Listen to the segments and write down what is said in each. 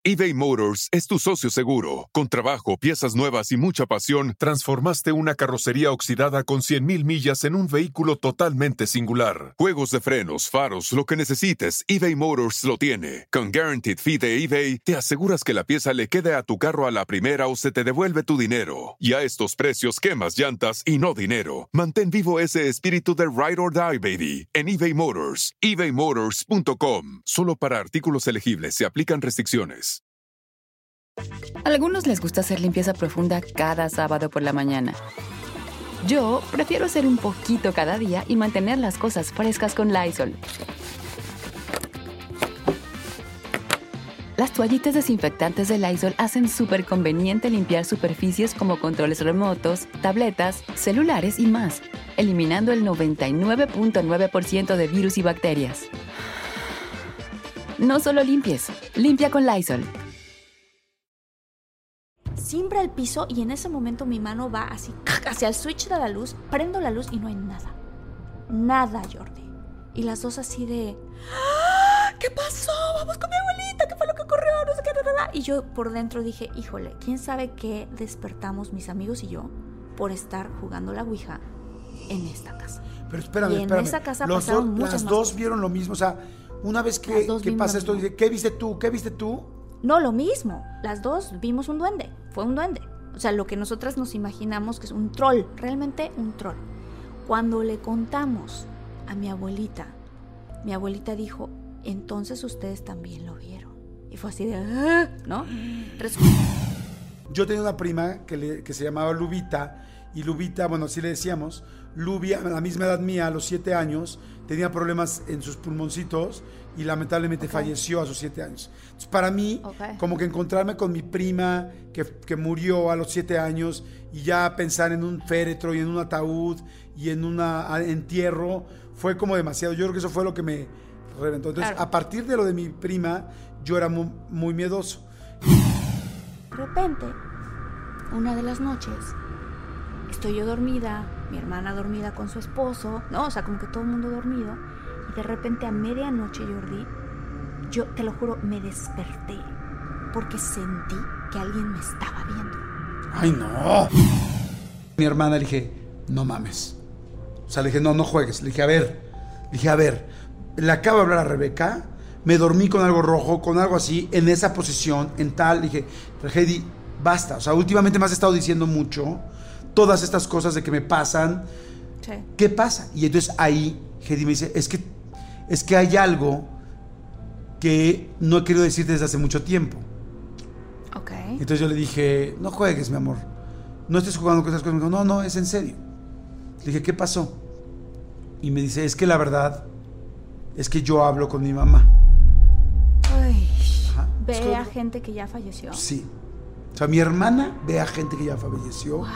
eBay Motors es tu socio seguro. Con trabajo, piezas nuevas y mucha pasión, transformaste una carrocería oxidada con 100,000 millas en un vehículo totalmente singular. Juegos de frenos, faros, lo que necesites, eBay Motors lo tiene. Con Guaranteed Fee de eBay, te aseguras que la pieza le quede a tu carro a la primera o se te devuelve tu dinero. Y a estos precios, quemas llantas y no dinero. Mantén vivo ese espíritu de Ride or Die, baby, en eBay Motors. ebaymotors.com. Solo para artículos elegibles se aplican restricciones. A algunos les gusta hacer limpieza profunda cada sábado por la mañana. Yo prefiero hacer un poquito cada día y mantener las cosas frescas con Lysol. Las toallitas desinfectantes de Lysol hacen súper conveniente limpiar superficies como controles remotos, tabletas, celulares y más, eliminando el 99.9% de virus y bacterias. No solo limpies, limpia con Lysol. Simbra el piso y en ese momento mi mano va así hacia el switch de la luz, prendo la luz y no hay nada. Nada, Jordi. Y las dos así de... ¿Qué pasó? Vamos con mi abuelita, ¿qué fue lo que ocurrió? No sé qué, nada. Y yo por dentro dije, híjole, ¿quién sabe qué despertamos mis amigos y yo por estar jugando la ouija en esta casa? Pero espérame, y en esa casa pasaron muchas las más dos cosas. Vieron lo mismo, o sea, una vez que pasa esto, dice, ¿qué viste tú? ¿Qué viste tú? No, lo mismo. Las dos vimos un duende. Fue un duende. O sea, lo que nosotras nos imaginamos que es un troll. Realmente un troll. Cuando le contamos a mi abuelita dijo, entonces ustedes también lo vieron. Y fue así de... ¿no? Yo tenía una prima que se llamaba Lubita. Y Lubita, bueno, así le decíamos. Lubi, a la misma edad mía, a los 7 años, tenía problemas en sus pulmoncitos y lamentablemente falleció a sus 7 años. Entonces, para mí, como que encontrarme con mi prima que murió a los 7 años y ya pensar en un féretro y en un ataúd y en un entierro, fue como demasiado. Yo creo que eso fue lo que me reventó. Entonces, a partir de lo de mi prima, yo era muy, muy miedoso. De repente, una de las noches, estoy yo dormida, mi hermana dormida con su esposo, ¿no? O sea, como que todo el mundo dormido. Y de repente a medianoche, Jordi, yo te lo juro, me desperté porque sentí que alguien me estaba viendo. ¡Ay, no! Mi hermana le dije, no mames. O sea, le dije, no juegues. Le dije, a ver, le acabo de hablar a Rebeca, me dormí con algo rojo, con algo así, en esa posición, en tal. Le dije, Heidi, basta. O sea, últimamente me has estado diciendo mucho todas estas cosas de que me pasan. Sí. ¿Qué pasa? Y entonces ahí Heidi me dice, es que hay algo que no he querido decirte desde hace mucho tiempo. Ok. Entonces yo le dije, no juegues, mi amor. No estés jugando con esas cosas. Me dijo, no, es en serio. Le dije, ¿qué pasó? Y me dice, es que la verdad es que yo hablo con mi mamá. Ay, Ajá. ve a gente que ya falleció. Sí. O sea, mi hermana ve a gente que ya falleció. Wow.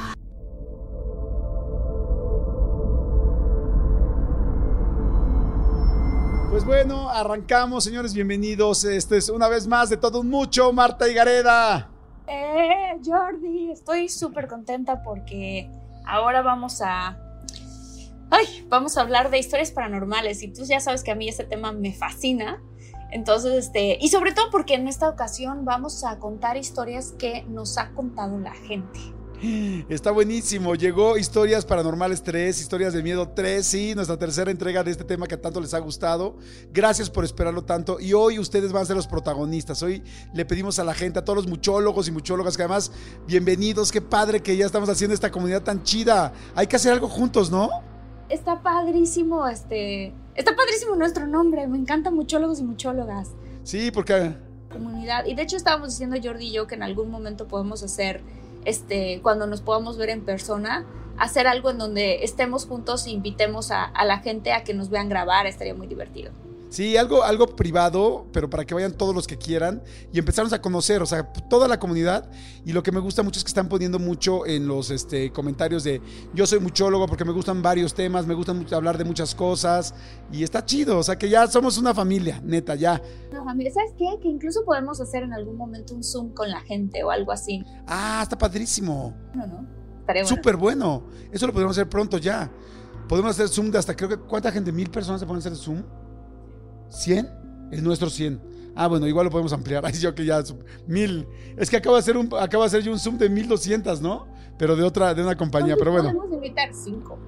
Pues bueno, arrancamos, señores, bienvenidos. Este es una vez más de todo un mucho, Marta Higareda. Jordi, estoy súper contenta porque ahora vamos a hablar de historias paranormales y tú ya sabes que a mí este tema me fascina. Entonces, y sobre todo porque en esta ocasión vamos a contar historias que nos ha contado la gente. Está buenísimo, llegó Historias Paranormales 3, Historias de Miedo 3, sí, nuestra tercera entrega de este tema que tanto les ha gustado. Gracias por esperarlo tanto y hoy ustedes van a ser los protagonistas. Hoy le pedimos a la gente, a todos los muchólogos y muchólogas que además, bienvenidos, qué padre que ya estamos haciendo esta comunidad tan chida. Hay que hacer algo juntos, ¿no? Está padrísimo, está padrísimo nuestro nombre, me encantan muchólogos y muchólogas. Sí, porque... Comunidad, y de hecho estábamos diciendo Jordi y yo que en algún momento podemos hacer, cuando nos podamos ver en persona, hacer algo en donde estemos juntos e invitemos a la gente a que nos vean grabar, estaría muy divertido. Sí, algo privado, pero para que vayan todos los que quieran y empezarnos a conocer, o sea, toda la comunidad. Y lo que me gusta mucho es que están poniendo mucho en los comentarios de yo soy muchólogo porque me gustan varios temas, me gusta mucho hablar de muchas cosas y está chido, o sea que ya somos una familia, neta, ya. No, familia, ¿sabes qué? Que incluso podemos hacer en algún momento un Zoom con la gente o algo así. Ah, está padrísimo. No, estaría bueno. Súper bueno, eso lo podemos hacer pronto ya. Podemos hacer Zoom de hasta creo que, ¿cuánta gente? ¿1000 personas se pueden hacer Zoom? ¿100? El nuestro 100. Ah, bueno, igual lo podemos ampliar. Ay, yo que ya 1000. Es que acabo de hacer yo un Zoom de 1200, ¿no? Pero de una compañía, pero bueno. Podemos invitar 5.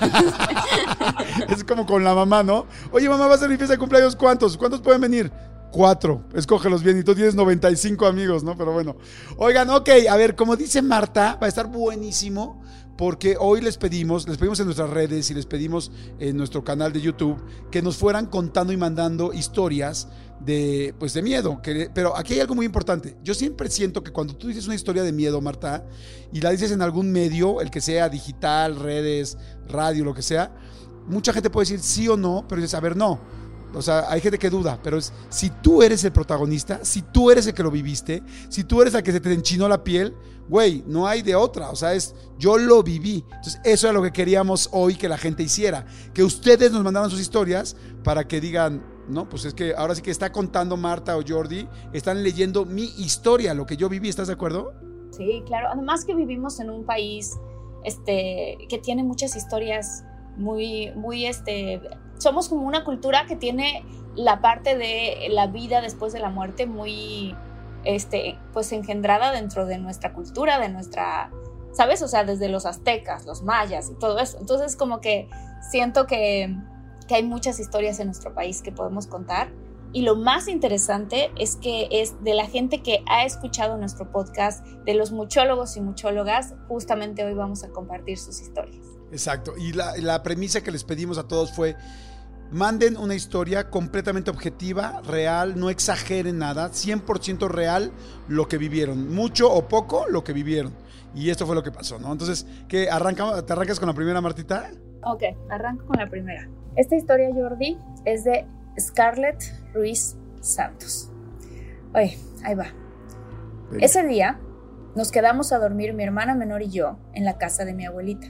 Es como con la mamá, ¿no? Oye, mamá, va a ser mi fiesta de cumpleaños, ¿cuántos? ¿Cuántos pueden venir? 4, escógelos bien, y tú tienes 95 amigos, ¿no? Pero bueno. Oigan, ok, a ver, como dice Marta, va a estar buenísimo, porque hoy les pedimos en nuestras redes y les pedimos en nuestro canal de YouTube que nos fueran contando y mandando historias de miedo. Pero aquí hay algo muy importante. Yo siempre siento que cuando tú dices una historia de miedo, Marta, y la dices en algún medio, el que sea digital, redes, radio, lo que sea, mucha gente puede decir sí o no, pero dices, a ver, no. O sea, hay gente que duda, pero si tú eres el protagonista, si tú eres el que lo viviste, si tú eres el que se te enchinó la piel, güey, no hay de otra. O sea, yo lo viví. Entonces, eso es lo que queríamos hoy que la gente hiciera. Que ustedes nos mandaran sus historias para que digan, no, pues es que ahora sí que está contando Marta o Jordi, están leyendo mi historia, lo que yo viví. ¿Estás de acuerdo? Sí, claro. Además que vivimos en un país que tiene muchas historias muy, somos como una cultura que tiene la parte de la vida después de la muerte muy, pues engendrada dentro de nuestra cultura, de nuestra, ¿sabes? O sea, desde los aztecas, los mayas y todo eso. Entonces, como que siento que hay muchas historias en nuestro país que podemos contar. Y lo más interesante es que es de la gente que ha escuchado nuestro podcast, de los muchólogos y muchólogas, justamente hoy vamos a compartir sus historias. Exacto, y la premisa que les pedimos a todos fue: manden una historia completamente objetiva, real, no exageren nada, 100% real lo que vivieron, mucho o poco lo que vivieron. Y esto fue lo que pasó, ¿no? Entonces, ¿te arrancas con la primera, Martita? Ok, arranco con la primera. Esta historia, Jordi, es de Scarlett Ruiz Santos. Oye, ahí va. Venga. Ese día nos quedamos a dormir mi hermana menor y yo en la casa de mi abuelita.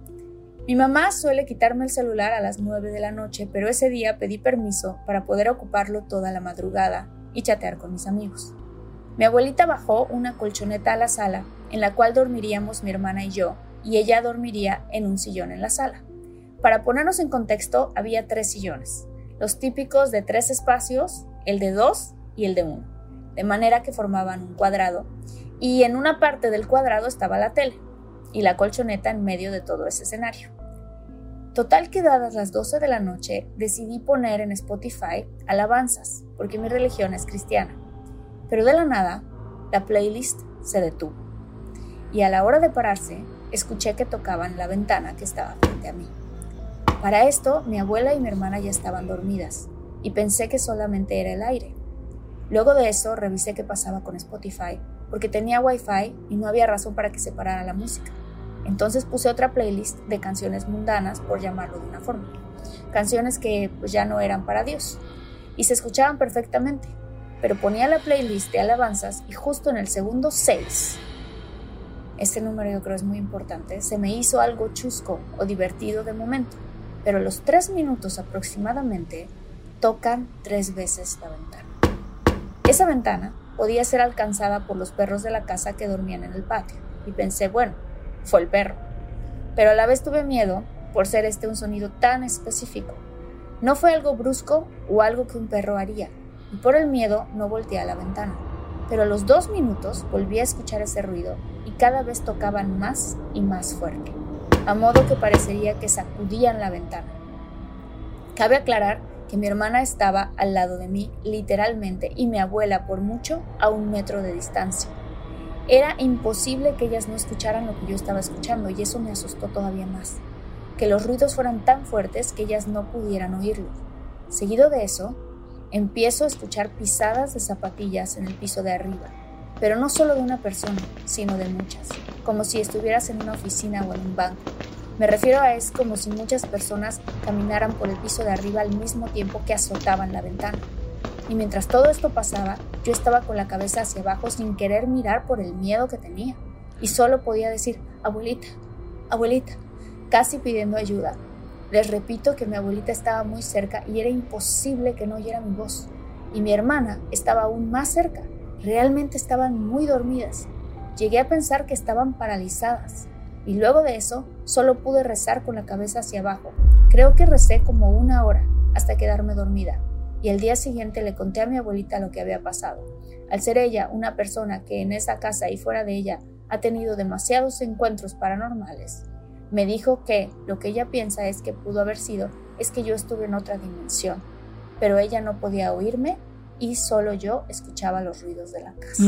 Mi mamá suele quitarme el celular a las 9 de la noche, pero ese día pedí permiso para poder ocuparlo toda la madrugada y chatear con mis amigos. Mi abuelita bajó una colchoneta a la sala, en la cual dormiríamos mi hermana y yo, y ella dormiría en un sillón en la sala. Para ponernos en contexto, había 3 sillones, los típicos de 3 espacios, el de 2 y el de 1, de manera que formaban un cuadrado, y en una parte del cuadrado estaba la tele, y la colchoneta en medio de todo ese escenario. Total que dadas las 12 de la noche, decidí poner en Spotify alabanzas, porque mi religión es cristiana. Pero de la nada, la playlist se detuvo. Y a la hora de pararse, escuché que tocaban la ventana que estaba frente a mí. Para esto, mi abuela y mi hermana ya estaban dormidas, y pensé que solamente era el aire. Luego de eso, revisé qué pasaba con Spotify, porque tenía Wi-Fi y no había razón para que se parara la música. Entonces puse otra playlist de canciones mundanas, por llamarlo de una forma. Canciones que pues ya no eran para Dios. Y se escuchaban perfectamente. Pero ponía la playlist de alabanzas y justo en el segundo 6, este número yo creo es muy importante, se me hizo algo chusco o divertido de momento. Pero a los 3 minutos aproximadamente, tocan 3 veces la ventana. Esa ventana podía ser alcanzada por los perros de la casa que dormían en el patio. Y pensé, bueno, fue el perro. Pero a la vez tuve miedo por ser un sonido tan específico. No fue algo brusco o algo que un perro haría, y por el miedo no volteé a la ventana. Pero a los 2 minutos volví a escuchar ese ruido y cada vez tocaban más y más fuerte, a modo que parecería que sacudían la ventana. Cabe aclarar que mi hermana estaba al lado de mí, literalmente, y mi abuela por mucho a 1 metro de distancia. Era imposible que ellas no escucharan lo que yo estaba escuchando, y eso me asustó todavía más, que los ruidos fueran tan fuertes que ellas no pudieran oírlos. Seguido de eso, empiezo a escuchar pisadas de zapatillas en el piso de arriba, pero no solo de una persona, sino de muchas, como si estuvieras en una oficina o en un banco. Me refiero a es como si muchas personas caminaran por el piso de arriba al mismo tiempo que azotaban la ventana. Y mientras todo esto pasaba, yo estaba con la cabeza hacia abajo sin querer mirar por el miedo que tenía. Y solo podía decir, abuelita, abuelita, casi pidiendo ayuda. Les repito que mi abuelita estaba muy cerca y era imposible que no oyera mi voz. Y mi hermana estaba aún más cerca. Realmente estaban muy dormidas. Llegué a pensar que estaban paralizadas. Y luego de eso, solo pude rezar con la cabeza hacia abajo. Creo que recé como 1 hora hasta quedarme dormida. y el día siguiente le conté a mi abuelita lo que había pasado. Al ser ella una persona que en esa casa y fuera de ella ha tenido demasiados encuentros paranormales, me dijo que lo que ella piensa es que pudo haber sido es que yo estuve en otra dimensión, pero ella no podía oírme y solo yo escuchaba los ruidos de la casa.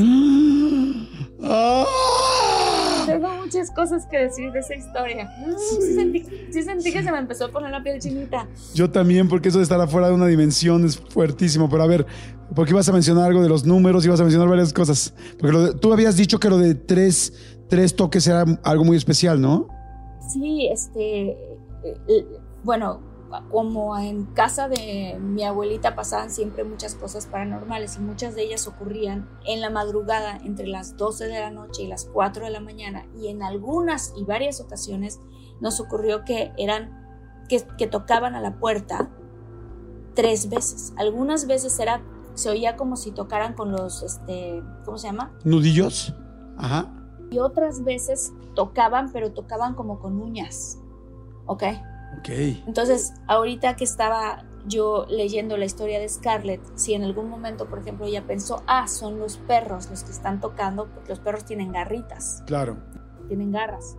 Tengo muchas cosas que decir de esa historia. Sí sentí que se me empezó a poner la piel chinita. Yo también, porque eso de estar afuera de una dimensión es fuertísimo. Pero a ver, porque ibas a mencionar algo de los números, ibas a mencionar varias cosas. Porque tú habías dicho que lo de tres toques era algo muy especial, ¿no? Sí, bueno, como en casa de mi abuelita pasaban siempre muchas cosas paranormales y muchas de ellas ocurrían en la madrugada entre las 12 de la noche y las 4 de la mañana, y en algunas y varias ocasiones nos ocurrió que tocaban a la puerta 3 veces. Algunas veces se oía como si tocaran con los, ¿cómo se llama? ¿Nudillos? Ajá. Y otras veces tocaban, pero tocaban como con uñas, ¿ok? Entonces, ahorita que estaba yo leyendo la historia de Scarlett, si en algún momento, por ejemplo, ella pensó, son los perros los que están tocando, porque los perros tienen garritas. Claro. Tienen garras.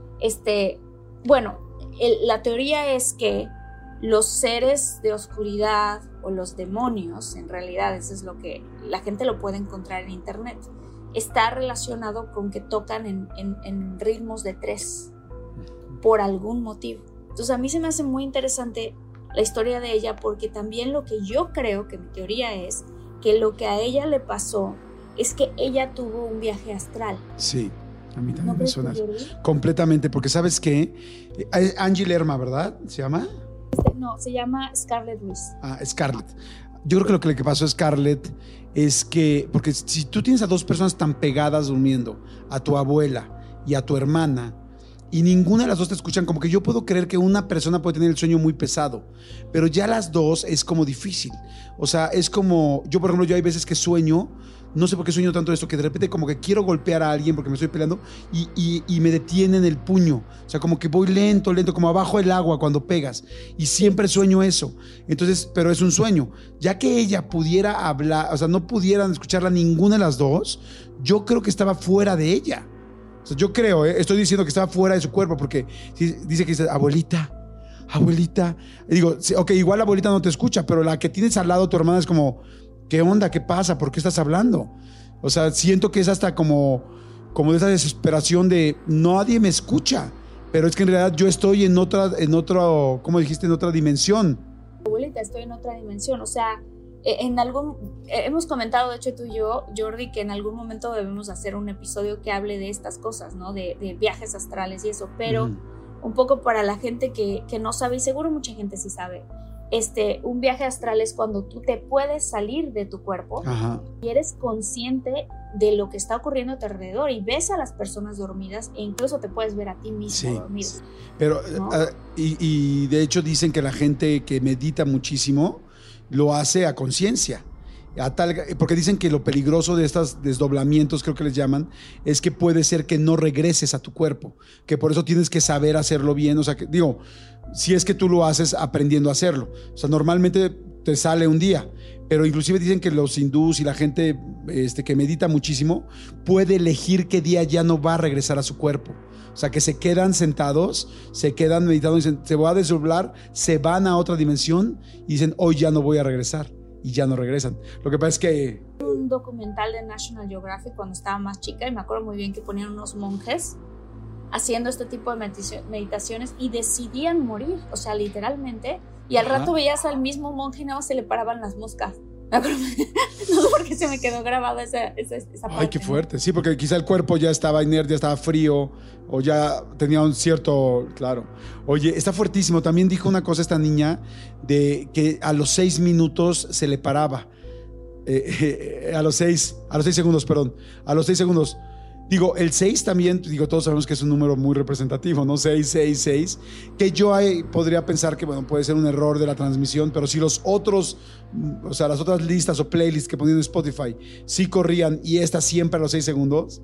Bueno, la teoría es que los seres de oscuridad o los demonios, en realidad eso es lo que la gente lo puede encontrar en internet, está relacionado con que tocan en ritmos de 3 por algún motivo. Entonces a mí se me hace muy interesante la historia de ella, porque también lo que yo creo que mi teoría es que lo que a ella le pasó es que ella tuvo un viaje astral. Sí, a mí también me suena eso. Completamente, porque ¿sabes qué? Angie Lerma, ¿verdad? ¿Se llama? No, se llama Scarlett Ruiz. Scarlett. Yo creo que lo que pasó a Scarlett es que, porque si tú tienes a 2 personas tan pegadas durmiendo, a tu abuela y a tu hermana, y ninguna de las 2 te escuchan, como que yo puedo creer que una persona puede tener el sueño muy pesado, pero ya las 2 es como difícil. O sea, es como, yo por ejemplo, yo hay veces que sueño, no sé por qué sueño tanto esto, que de repente como que quiero golpear a alguien porque me estoy peleando y me detienen el puño. O sea, como que voy lento, como abajo del agua cuando pegas. Y siempre sueño eso. Entonces, pero es un sueño. Ya que ella pudiera hablar, o sea, no pudieran escucharla ninguna de las 2, yo creo que estaba fuera de ella. O sea, yo creo, estoy diciendo que estaba fuera de su cuerpo, porque dice que dice, abuelita. Y digo, ok, igual la abuelita no te escucha, pero la que tienes al lado, tu hermana, es como, ¿qué onda? ¿Qué pasa? ¿Por qué estás hablando? O sea, siento que es hasta como de esa desesperación de nadie me escucha, pero es que en realidad yo estoy en otro, ¿cómo dijiste? En otra dimensión. Abuelita, estoy en otra dimensión, o sea, hemos comentado, de hecho tú y yo, Jordi, que en algún momento debemos hacer un episodio que hable de estas cosas, ¿no? De viajes astrales y eso, pero un poco para la gente que no sabe, y seguro mucha gente sí sabe, un viaje astral es cuando tú te puedes salir de tu cuerpo. Ajá. Y eres consciente de lo que está ocurriendo a tu alrededor y ves a las personas dormidas e incluso te puedes ver a ti mismo dormido. Sí. Pero, ¿no? Y de hecho dicen que la gente que medita muchísimo lo hace a conciencia. Porque dicen que lo peligroso de estos desdoblamientos, creo que les llaman, es que puede ser que no regreses a tu cuerpo, que por eso tienes que saber hacerlo bien. O sea, que, digo, si es que tú lo haces aprendiendo a hacerlo. O sea, normalmente te sale un día, pero inclusive dicen que los hindús y la gente que medita muchísimo puede elegir qué día ya no va a regresar a su cuerpo. O sea, que se quedan sentados, se quedan meditando y dicen, se va a desdoblar, se van a otra dimensión y dicen, hoy ya no voy a regresar. Y ya no regresan. Lo que pasa es que... Un documental de National Geographic cuando estaba más chica, y me acuerdo muy bien que ponían unos monjes haciendo este tipo de meditaciones y decidían morir, o sea, literalmente. Y al rato veías al mismo monje y nada más se le paraban las moscas. No sé por qué se me quedó grabada esa parte. Ay, qué fuerte. Sí, porque quizá el cuerpo ya estaba inerte, ya estaba frío, o ya tenía un cierto... Claro. Oye, está fuertísimo. También dijo una cosa esta niña, de que a los 6 minutos se le paraba. A los 6 segundos, perdón. A los 6 segundos. Digo, el 6 también, digo, todos sabemos que es un número muy representativo, ¿no? 6, que yo podría pensar que, bueno, puede ser un error de la transmisión, pero si los otros, o sea, las otras listas o playlists que ponían en Spotify sí corrían y esta siempre a los 6 segundos.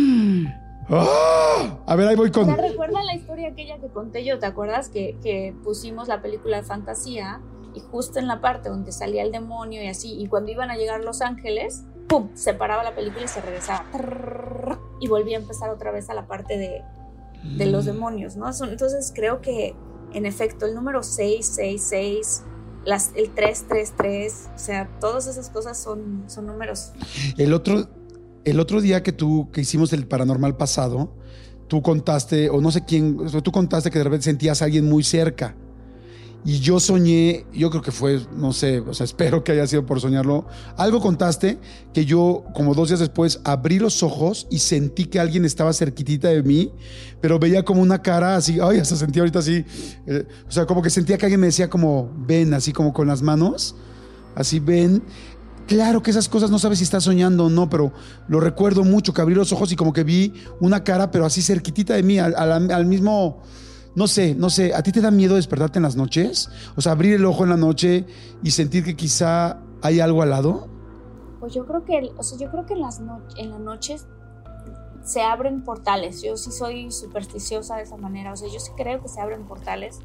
¡Oh! A ver, ahí voy con... ¿Recuerda la historia aquella que conté yo? ¿Te acuerdas que pusimos la película de fantasía y justo en la parte donde salía el demonio y así, y cuando iban a llegar los ángeles, ¡pum!, se paraba la película y se regresaba. Y volvía a empezar otra vez a la parte de los demonios, ¿no? Entonces creo que, en efecto, el número 666, el 333, o sea, todas esas cosas son números. El otro día que hicimos el paranormal pasado, tú contaste, o no sé quién, tú contaste que de repente sentías a alguien muy cerca. Y yo soñé, yo creo que fue, no sé, o sea, espero que haya sido por soñarlo. Algo contaste que yo, como 2 días después, abrí los ojos y sentí que alguien estaba cerquitita de mí, pero veía como una cara así, ay, hasta sentí ahorita así, o sea, como que sentía que alguien me decía como, ven, así como con las manos, así, ven. Claro que esas cosas no sabes si estás soñando o no, pero lo recuerdo mucho, que abrí los ojos y como que vi una cara, pero así cerquitita de mí, al mismo... No sé, ¿a ti te da miedo despertarte en las noches? O sea, abrir el ojo en la noche y sentir que quizá hay algo al lado. Pues yo creo que en las noches se abren portales. Yo sí soy supersticiosa de esa manera, o sea, yo sí creo que se abren portales.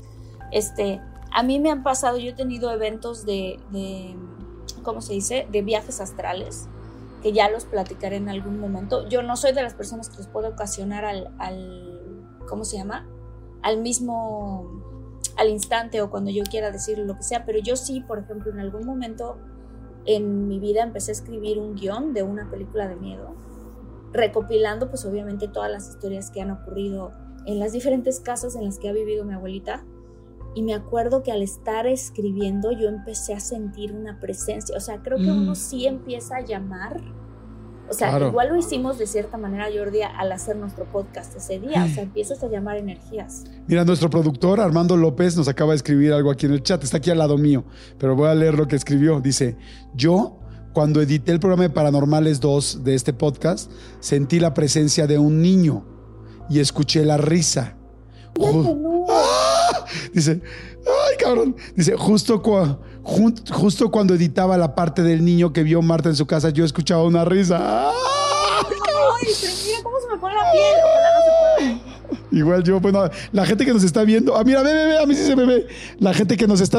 A mí me han pasado, yo he tenido eventos de ¿cómo se dice? De viajes astrales, que ya los platicaré en algún momento. Yo no soy de las personas que les puede ocasionar ¿cómo se llama? Al instante o cuando yo quiera decir lo que sea, pero yo sí, por ejemplo, en algún momento en mi vida empecé a escribir un guión de una película de miedo, recopilando pues obviamente todas las historias que han ocurrido en las diferentes casas en las que ha vivido mi abuelita, y me acuerdo que al estar escribiendo yo empecé a sentir una presencia, o sea, creo que uno sí empieza a llamar. O sea, claro. Igual lo hicimos de cierta manera, Jordi, al hacer nuestro podcast ese día. O sea, empiezas a llamar energías. Mira, nuestro productor, Armando López, nos acaba de escribir algo aquí en el chat. Está aquí al lado mío, pero voy a leer lo que escribió. Dice, yo, cuando edité el programa de Paranormales 2 de este podcast, sentí la presencia de un niño y escuché la risa. No. ¡Ah! Dice, ay, cabrón. Dice, justo cuando editaba la parte del niño que vio Marta en su casa, yo escuchaba una risa. ¡Ay, pero mira cómo se me pone la piel! Ojalá no se pueda. Igual yo, bueno, la gente que nos está viendo, mira, ve, a mí sí se me ve. La gente que nos está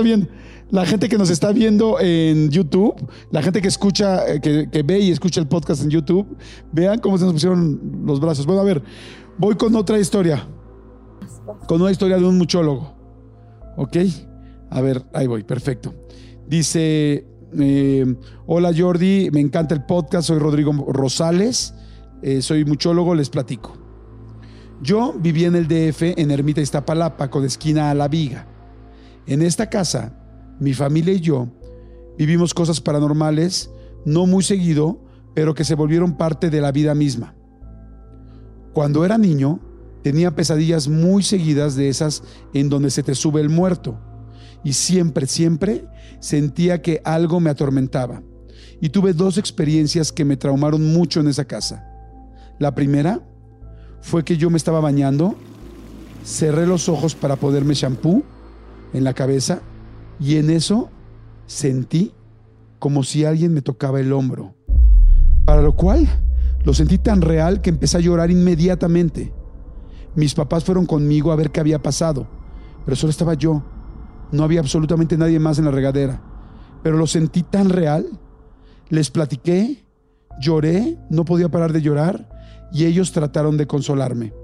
viendo en YouTube, la gente que escucha, que ve y escucha el podcast en YouTube, vean cómo se nos pusieron los brazos. Bueno, a ver, voy con otra historia. Con una historia de un muchólogo. ¿Ok? A ver, ahí voy, perfecto. Dice, hola Jordi, me encanta el podcast, soy Rodrigo Rosales, soy muchólogo, les platico. Yo vivía en el DF, en Ermita Iztapalapa, con esquina a La Viga. En esta casa, mi familia y yo vivimos cosas paranormales, no muy seguido, pero que se volvieron parte de la vida misma. Cuando era niño, tenía pesadillas muy seguidas de esas en donde se te sube el muerto. Y siempre sentía que algo me atormentaba. Y tuve 2 experiencias que me traumaron mucho en esa casa. La primera fue que yo me estaba bañando, cerré los ojos para ponerme shampoo en la cabeza y en eso sentí como si alguien me tocaba el hombro. Para lo cual lo sentí tan real que empecé a llorar inmediatamente. Mis papás fueron conmigo a ver qué había pasado, pero solo estaba yo. No había absolutamente nadie más en la regadera, pero lo sentí tan real. Les platiqué, lloré, no podía parar de llorar y ellos trataron de consolarme.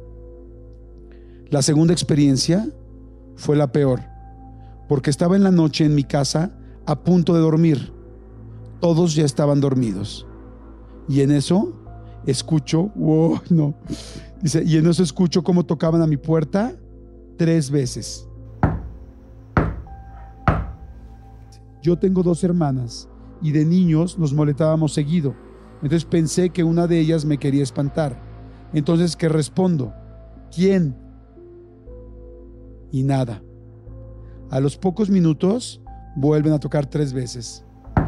La segunda experiencia fue la peor, porque estaba en la noche en mi casa a punto de dormir. Todos ya estaban dormidos. Y en eso escucho, dice, y en eso escucho cómo tocaban a mi puerta 3 veces. Yo tengo 2 hermanas y de niños nos molestábamos seguido. Entonces pensé que una de ellas me quería espantar. Entonces, ¿qué respondo? ¿Quién? Y nada. A los pocos minutos vuelven a tocar 3 veces.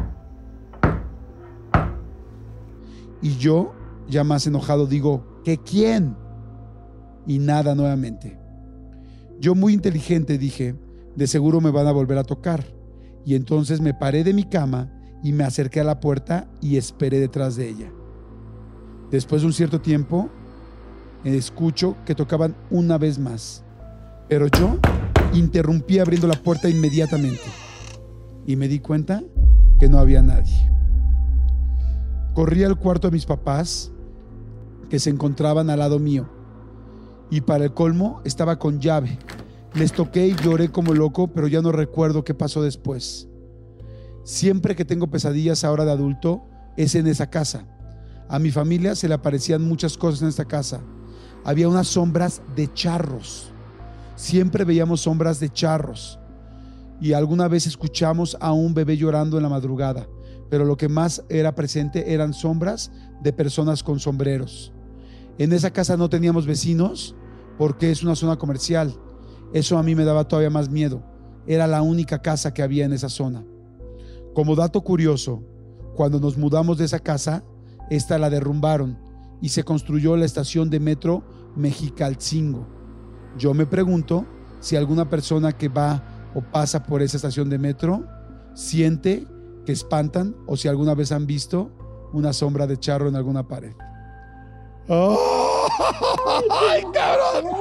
Y yo, ya más enojado, digo, ¿qué quién? Y nada nuevamente. Yo, muy inteligente, dije, de seguro me van a volver a tocar. Y entonces me paré de mi cama y me acerqué a la puerta y esperé detrás de ella. Después de un cierto tiempo, escucho que tocaban una vez más. Pero yo interrumpí abriendo la puerta inmediatamente. y me di cuenta que no había nadie. Corrí al cuarto de mis papás, que se encontraban al lado mío, y para el colmo estaba con llave. Les toqué y lloré como loco, pero ya no recuerdo qué pasó después. Siempre que tengo pesadillas ahora de adulto es en esa casa. A mi familia se le aparecían muchas cosas en esta casa. Había unas sombras de charros. Siempre veíamos sombras de charros. Y alguna vez escuchamos a un bebé llorando en la madrugada. Pero lo que más era presente eran sombras de personas con sombreros. En esa casa no teníamos vecinos porque es una zona comercial. Eso a mí me daba todavía más miedo. Era la única casa que había en esa zona. Como dato curioso, cuando nos mudamos de esa casa, esta la derrumbaron y se construyó la estación de metro Mexicalcingo. Yo me pregunto si alguna persona que va o pasa por esa estación de metro siente que espantan o si alguna vez han visto una sombra de charro en alguna pared. ¡Oh! ¡Ay, cabrón!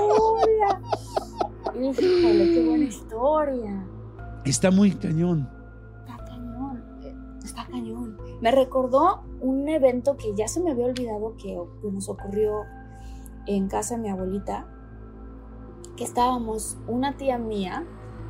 Híjole, qué buena historia. Está muy cañón. Está cañón. Me recordó un evento que ya se me había olvidado que nos ocurrió en casa de mi abuelita, que estábamos una tía mía,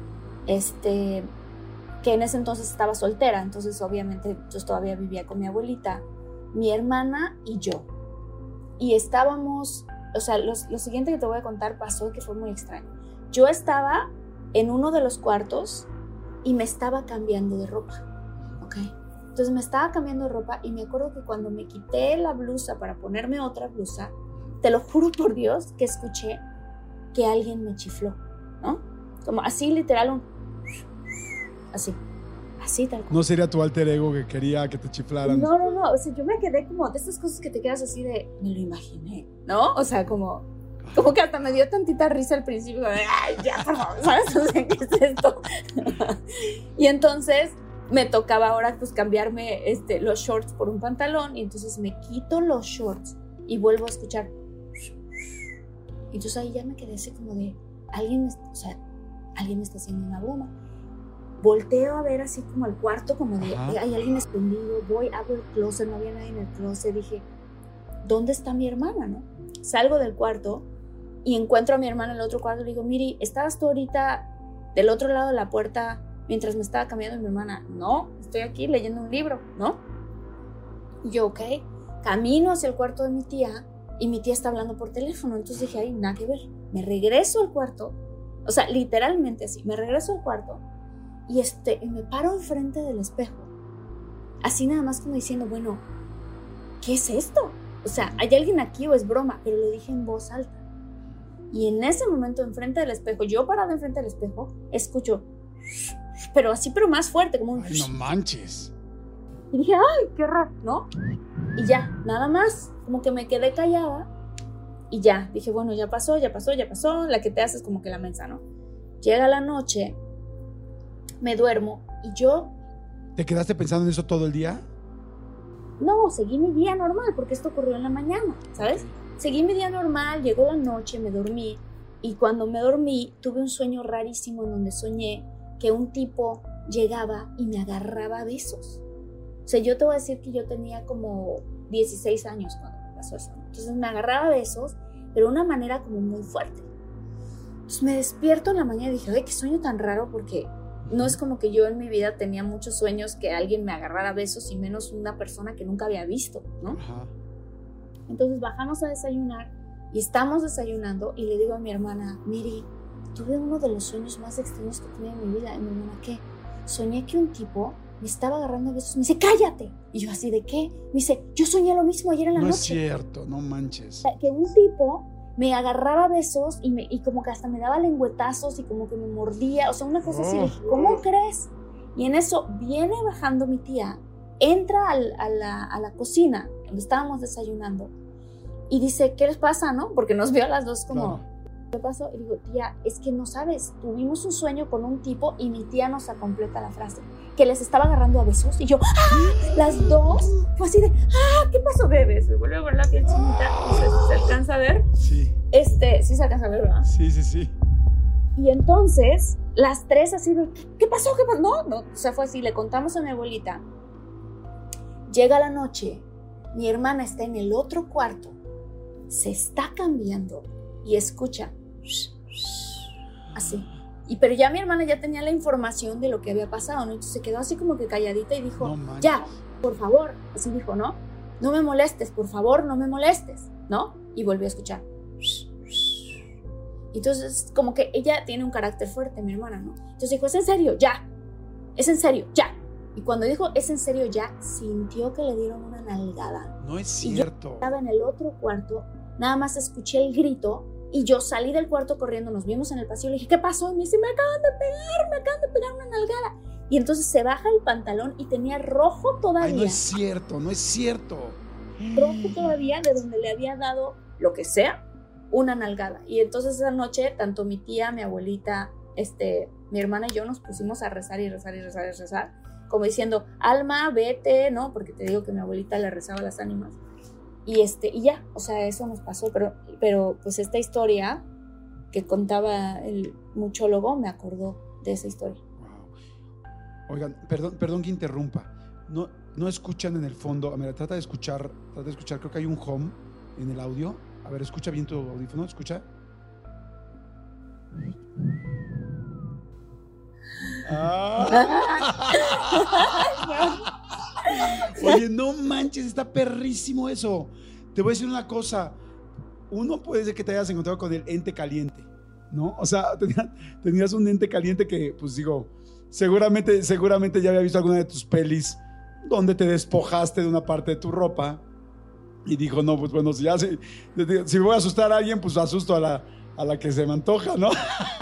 que en ese entonces estaba soltera, entonces obviamente yo todavía vivía con mi abuelita, mi hermana y yo. Y estábamos, o sea, lo siguiente que te voy a contar pasó que fue muy extraño. Yo estaba en uno de los cuartos y me estaba cambiando de ropa, ¿ok? Entonces me estaba cambiando de ropa y me acuerdo que cuando me quité la blusa para ponerme otra blusa, te lo juro por Dios que escuché que alguien me chifló, ¿no? Como así literal, así tal cual. ¿No sería tu alter ego que quería que te chiflaran? No, o sea, yo me quedé como de estas cosas que te quedas así de, me lo imaginé, ¿no? O sea, como que hasta me dio tantita risa al principio, de, ay, ya, por favor, ¿sabes? O sea, ¿qué es esto? Y entonces me tocaba ahora pues cambiarme los shorts por un pantalón, y entonces me quito los shorts y vuelvo a escuchar. Y entonces ahí ya me quedé así como de, alguien me está haciendo una broma. Volteo a ver así como el cuarto, como de, hay alguien escondido. Voy, abro el closet, no había nadie en el closet. Dije, ¿dónde está mi hermana, no? Salgo del cuarto y encuentro a mi hermana en el otro cuarto. Le digo, Miri, ¿estabas tú ahorita del otro lado de la puerta mientras me estaba cambiando? Mi hermana, no, estoy aquí leyendo un libro, ¿no? Y yo, ok, camino hacia el cuarto de mi tía y mi tía está hablando por teléfono. Entonces dije, ay, nada que ver. Me regreso al cuarto, o sea, literalmente así, me regreso al cuarto y me paro enfrente del espejo, así nada más como diciendo, bueno, ¿qué es esto? O sea, ¿hay alguien aquí o es broma? Pero lo dije en voz alta. Y en ese momento, enfrente del espejo, yo parada enfrente del espejo, escucho, pero así, pero más fuerte, como un... ¡Ay, no manches! Y dije, ¡ay, qué raro!, ¿no? Y ya, nada más, como que me quedé callada y ya, dije, bueno, ya pasó, la que te haces como que la mensa, ¿no? Llega la noche, me duermo y yo... ¿Te quedaste pensando en eso todo el día? No, seguí mi día normal, porque esto ocurrió en la mañana, ¿sabes? Seguí mi día normal, llegó la noche, me dormí, y cuando me dormí tuve un sueño rarísimo en donde soñé que un tipo llegaba y me agarraba a besos. O sea, yo te voy a decir que yo tenía como 16 años cuando me pasó eso. Entonces me agarraba a besos, pero de una manera como muy fuerte. Entonces me despierto en la mañana y dije, ay, qué sueño tan raro, porque no es como que yo en mi vida tenía muchos sueños que alguien me agarrara a besos, y menos una persona que nunca había visto, ¿no? Ajá. Entonces bajamos a desayunar y estamos desayunando y le digo a mi hermana, Miri, tuve uno de los sueños más extraños que tuve en mi vida. Y mi hermana, ¿qué? Soñé que un tipo me estaba agarrando a besos. Me dice, ¡cállate! Y yo así, ¿de qué? Me dice, yo soñé lo mismo ayer en la noche. No es cierto, no manches. Que un tipo me agarraba a besos y como que hasta me daba lengüetazos y como que me mordía, o sea, una cosa así. Le dije, ¿cómo crees? Y en eso viene bajando mi tía, entra a la cocina donde estábamos desayunando y dice, ¿qué les pasa, no? Porque nos vio a las dos como, claro. ¿Qué pasó? Y digo, tía, es que no sabes, tuvimos un sueño con un tipo, y mi tía nos completa la frase, que les estaba agarrando a besos, y yo, ¡ah! Las dos, fue así de, ¡ah! ¿Qué pasó, bebé? Se vuelve a ver la piel chinita, no sé si se alcanza a ver. Sí. Sí se alcanza a ver, ¿verdad? Sí. Y entonces, las tres así de, ¿qué pasó? ¿Qué pasó? No, se fue así, le contamos a mi abuelita. Llega la noche, mi hermana está en el otro cuarto, se está cambiando y escucha así. Pero ya mi hermana ya tenía la información de lo que había pasado, ¿no? Entonces se quedó así como que calladita y dijo, ya, por favor, así dijo, ¿no? No me molestes, por favor, no me molestes, ¿no? Y volvió a escuchar. Entonces, como que ella tiene un carácter fuerte, mi hermana, ¿no? Entonces dijo, es en serio, ya, es en serio, ya. Y cuando dijo, es en serio, ya, sintió que le dieron una nalgada. No es cierto. Y yo estaba en el otro cuarto, nada más escuché el grito y yo salí del cuarto corriendo, nos vimos en el pasillo, le dije, ¿qué pasó? Y me dice, me acaban de pegar una nalgada. Y entonces se baja el pantalón y tenía rojo todavía. Ay, no es cierto, no es cierto. Rojo todavía de donde le había dado, lo que sea, una nalgada. Y entonces esa noche, tanto mi tía, mi abuelita, mi hermana y yo nos pusimos a rezar y rezar y rezar y rezar, como diciendo, alma, vete, ¿no? Porque te digo que mi abuelita le rezaba las ánimas. Y ya, o sea, eso nos pasó, pero pues esta historia que contaba el muchólogo me acordó de esa historia. Wow. Oigan, perdón que interrumpa. No escuchan en el fondo. Mira, trata de escuchar. Creo que hay un home en el audio. A ver, escucha bien tu audífono, escucha. Oye, no manches, está perrísimo eso. Te voy a decir una cosa. Uno puede ser que te hayas encontrado con el ente caliente, ¿no? O sea, tenías un ente caliente que, pues digo, seguramente ya había visto alguna de tus pelis donde te despojaste de una parte de tu ropa y dijo, no, pues bueno, si voy a asustar a alguien, pues asusto a la que se me antoja, ¿no?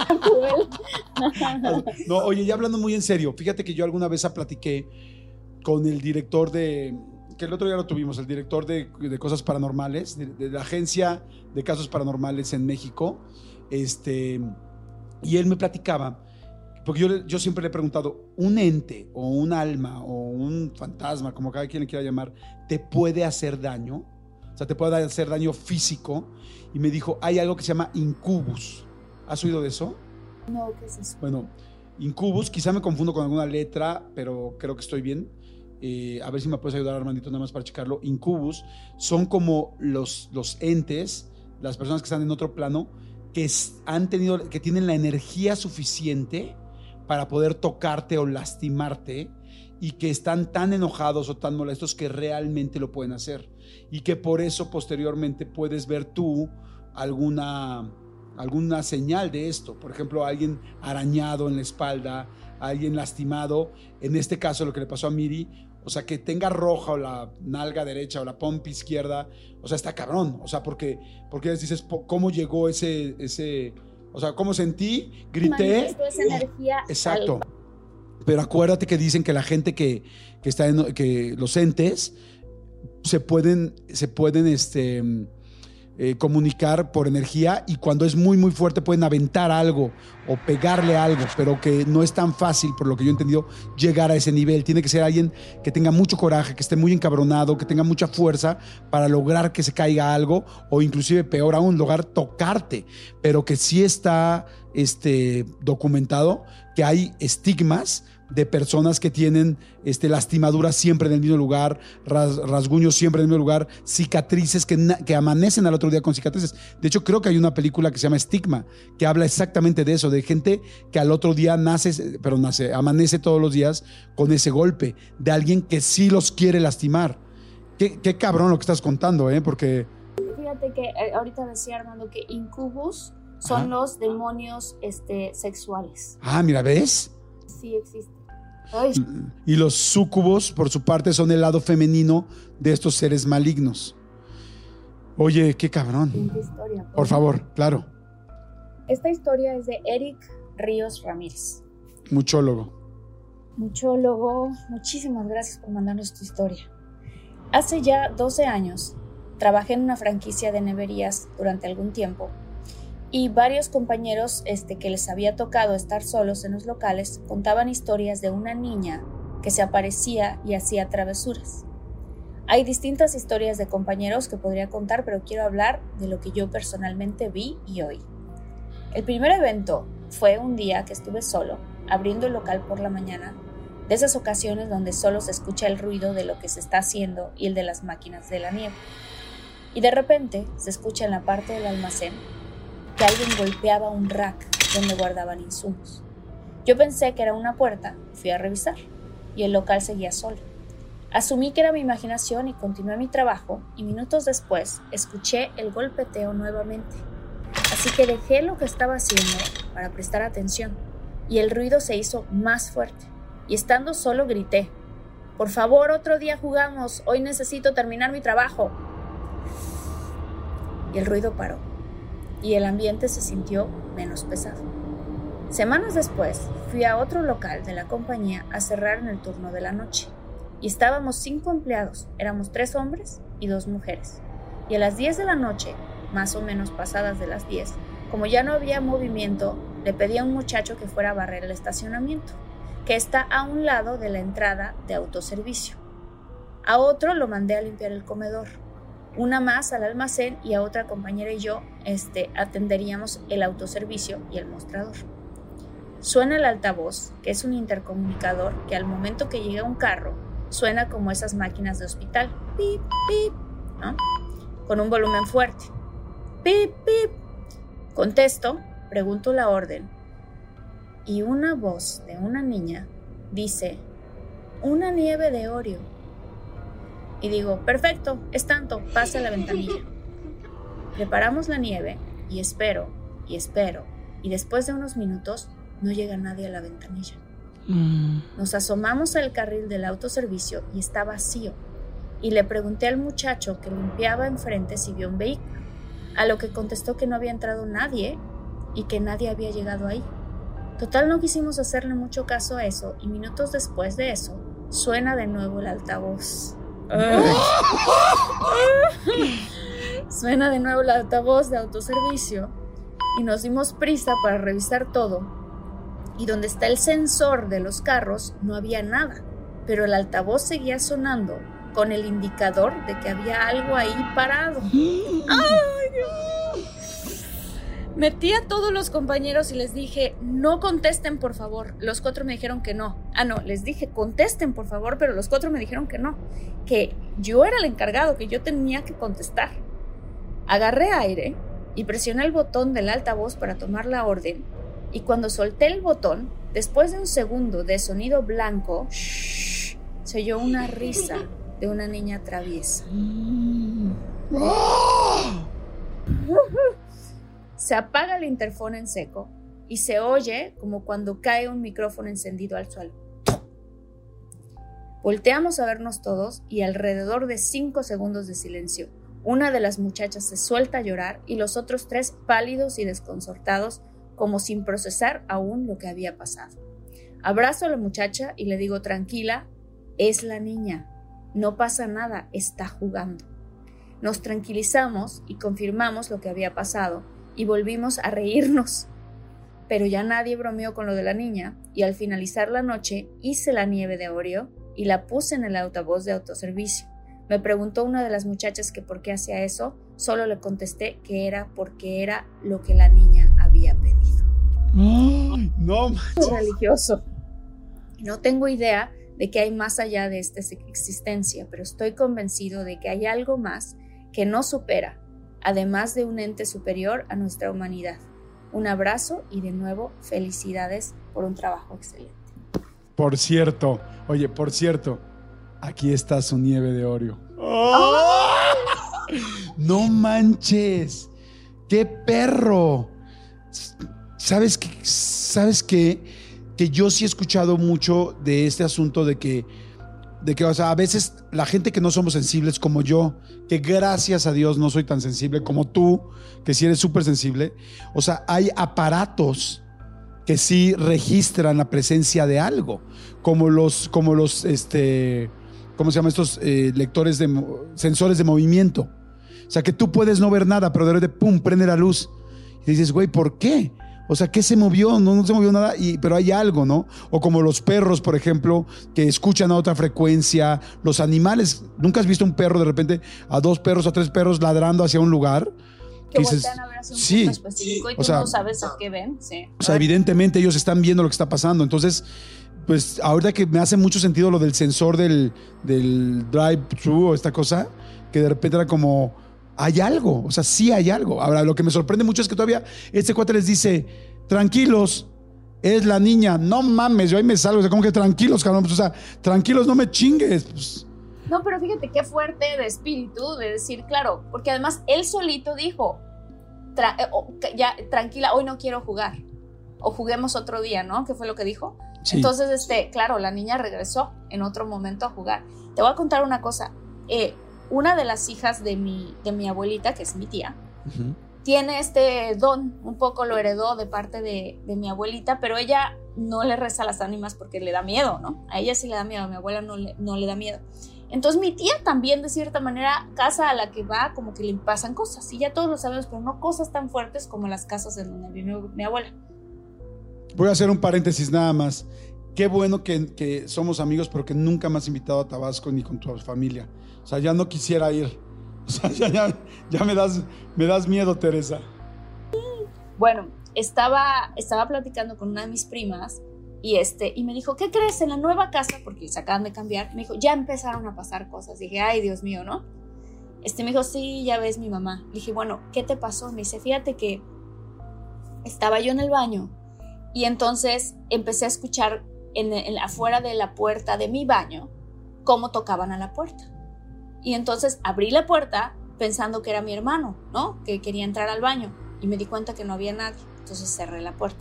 No, oye, ya hablando muy en serio, fíjate que yo alguna vez platiqué con el director que el otro día lo tuvimos, el director de cosas paranormales, de la agencia de casos paranormales en México, y él me platicaba, porque yo siempre le he preguntado, ¿un ente o un alma o un fantasma, como cada quien le quiera llamar, te puede hacer daño? O sea, ¿te puede hacer daño físico? Y me dijo, hay algo que se llama incubus. ¿Has oído de eso? No, ¿qué es eso? Bueno, incubus, quizá me confundo con alguna letra, pero creo que estoy bien. A ver si me puedes ayudar, Armandito, nada más para checarlo. Incubus son como los entes, las personas que están en otro plano, que tienen la energía suficiente para poder tocarte o lastimarte y que están tan enojados o tan molestos que realmente lo pueden hacer y que por eso posteriormente puedes ver tú alguna señal de esto. Por ejemplo, alguien arañado en la espalda, alguien lastimado. En este caso, lo que le pasó a Miri, o sea, que tenga roja o la nalga derecha o la pompa izquierda, o sea, está cabrón. O sea, porque dices, ¿cómo llegó ese o sea, ¿cómo sentí? Grité. Esa energía. Exacto. Pero acuérdate que dicen que la gente que está que los entes se pueden comunicar por energía, y cuando es muy muy fuerte pueden aventar algo o pegarle algo, pero que no es tan fácil, por lo que yo he entendido, llegar a ese nivel. Tiene que ser alguien que tenga mucho coraje, que esté muy encabronado, que tenga mucha fuerza para lograr que se caiga algo, o inclusive peor aún, lograr tocarte. Pero que sí está documentado que hay estigmas de personas que tienen lastimaduras siempre en el mismo lugar, rasguños siempre en el mismo lugar, cicatrices que amanecen al otro día con cicatrices. De hecho, creo que hay una película que se llama Estigma, que habla exactamente de eso, de gente que al otro día amanece todos los días con ese golpe, de alguien que sí los quiere lastimar. Qué cabrón lo que estás contando, porque... Fíjate que ahorita decía Armando que incubus son los demonios sexuales. Ah, mira, ¿ves? Sí existen. Ay. Y los súcubos, por su parte, son el lado femenino de estos seres malignos. Oye, qué cabrón. Historia, por favor, claro. Esta historia es de Eric Ríos Ramírez. Muchólogo, muchísimas gracias por mandarnos tu historia. Hace ya 12 años, trabajé en una franquicia de neverías durante algún tiempo, y varios compañeros que les había tocado estar solos en los locales contaban historias de una niña que se aparecía y hacía travesuras. Hay distintas historias de compañeros que podría contar, pero quiero hablar de lo que yo personalmente vi y oí. El primer evento fue un día que estuve solo, abriendo el local por la mañana, de esas ocasiones donde solo se escucha el ruido de lo que se está haciendo y el de las máquinas de la nieve. Y de repente se escucha en la parte del almacén que alguien golpeaba un rack donde guardaban insumos. Yo pensé que era una puerta y fui a revisar, y el local seguía solo. Asumí que era mi imaginación y continué mi trabajo, y minutos después escuché el golpeteo nuevamente. Así que dejé lo que estaba haciendo para prestar atención, y el ruido se hizo más fuerte, y estando solo grité: «Por favor, otro día jugamos, hoy necesito terminar mi trabajo». Y el ruido paró, y el ambiente se sintió menos pesado. Semanas después, fui a otro local de la compañía a cerrar en el turno de la noche, y estábamos 5 empleados, éramos 3 hombres y 2 mujeres. Y a las 10 de la noche, más o menos pasadas de las 10, como ya no había movimiento, le pedí a un muchacho que fuera a barrer el estacionamiento, que está a un lado de la entrada de autoservicio. A otro lo mandé a limpiar el comedor, una más al almacén, y a otra compañera y yo atenderíamos el autoservicio y el mostrador. Suena el altavoz, que es un intercomunicador que al momento que llega un carro, suena como esas máquinas de hospital, pip, pip, ¿no? Con un volumen fuerte. Pip, pip. Contesto, pregunto la orden, y una voz de una niña dice: «Una nieve de Oreo». Y digo: «Perfecto, es tanto, pase a la ventanilla». Preparamos la nieve y espero, y después de unos minutos no llega nadie a la ventanilla. Nos asomamos al carril del autoservicio y está vacío, y le pregunté al muchacho que limpiaba enfrente si vio un vehículo, a lo que contestó que no había entrado nadie y que nadie había llegado ahí. Total, no quisimos hacerle mucho caso a eso, y minutos después de eso suena de nuevo el altavoz. Suena de nuevo el altavoz de autoservicio, y nos dimos prisa para revisar todo, y donde está el sensor de los carros no había nada, pero el altavoz seguía sonando con el indicador de que había algo ahí parado. ¡Ay, Dios! Metí a todos los compañeros y les dije: «No contesten, por favor». Los 4 me dijeron que no. Les dije: «Contesten, por favor», pero los 4 me dijeron que no, que yo era el encargado, que yo tenía que contestar. Agarré aire y presioné el botón del altavoz para tomar la orden, y cuando solté el botón, después de un segundo de sonido blanco, se oyó una risa de una niña traviesa. Se apaga el interfón en seco y se oye como cuando cae un micrófono encendido al suelo. Volteamos a vernos todos, y alrededor de 5 segundos de silencio, una de las muchachas se suelta a llorar y los otros 3 pálidos y desconcertados, como sin procesar aún lo que había pasado. Abrazo a la muchacha y le digo: «Tranquila, es la niña, no pasa nada, está jugando». Nos tranquilizamos y confirmamos lo que había pasado, y volvimos a reírnos. Pero ya nadie bromeó con lo de la niña, y al finalizar la noche hice la nieve de Oreo y la puse en el altavoz de autoservicio. Me preguntó una de las muchachas que por qué hacía eso. Solo le contesté que era porque era lo que la niña había pedido. ¡Ay, no manches! Religioso. No tengo idea de qué hay más allá de esta existencia, pero estoy convencido de que hay algo más que nos supera, además de un ente superior a nuestra humanidad. Un abrazo y de nuevo felicidades por un trabajo excelente. Por cierto, aquí está su nieve de Oreo. ¡Oh! ¡No manches! ¡Qué perro! ¿Sabes qué? Que yo sí he escuchado mucho de este asunto de que, o sea, a veces la gente que no somos sensibles como yo, que gracias a Dios no soy tan sensible como tú, que sí eres súper sensible, o sea, hay aparatos que sí registran la presencia de algo, como los ¿cómo se llama? Estos sensores de movimiento. O sea, que tú puedes no ver nada, pero de repente, pum, prende la luz. Y dices, güey, ¿por qué? O sea, ¿qué se movió? No se movió nada, pero hay algo, ¿no? O como los perros, por ejemplo, que escuchan a otra frecuencia. Los animales, ¿nunca has visto un perro de repente, a 2 perros, a 3 perros ladrando hacia un lugar? Que dices, voltean a ver hacia un sí, punto específico y tú no sabes a qué ven. Sí. O sea, evidentemente ellos están viendo lo que está pasando. Entonces, pues ahorita que me hace mucho sentido lo del sensor del drive-thru o esta cosa, que de repente era como, hay algo, o sea, sí hay algo. Ahora, lo que me sorprende mucho es que todavía este cuate les dice, tranquilos, es la niña, no mames, yo ahí me salgo, o sea, como que tranquilos, cabrón, pues, o sea, tranquilos, no me chingues, pues. No, pero fíjate qué fuerte de espíritu de decir, claro, porque además él solito dijo, ya, tranquila, hoy no quiero jugar, o juguemos otro día, ¿no? ¿Qué fue lo que dijo? Sí. Entonces, claro, la niña regresó en otro momento a jugar. Te voy a contar una cosa, una de las hijas de mi abuelita, que es mi tía, tiene este don, un poco lo heredó de parte de mi abuelita, pero ella no le reza a las ánimas porque le da miedo, ¿no? A ella sí le da miedo, a mi abuela no le da miedo. Entonces mi tía también, de cierta manera, casa a la que va, como que le pasan cosas, y ya todos lo sabemos, pero no cosas tan fuertes como las casas en donde vive mi abuela. Voy a hacer un paréntesis nada más. Qué bueno que somos amigos, pero que nunca me has invitado a Tabasco ni con tu familia. O sea, ya no quisiera ir. O sea, ya me das miedo, Teresa. Bueno, estaba platicando con una de mis primas y me dijo, ¿qué crees? En la nueva casa, porque se acaban de cambiar, me dijo, ya empezaron a pasar cosas. Dije, ay, Dios mío, ¿no? Me dijo, sí, ya ves, mi mamá. Le dije, bueno, ¿qué te pasó? Me dice, fíjate que estaba yo en el baño y entonces empecé a escuchar afuera de la puerta de mi baño cómo tocaban a la puerta. Y entonces abrí la puerta pensando que era mi hermano, ¿no? Que quería entrar al baño y me di cuenta que no había nadie. Entonces cerré la puerta.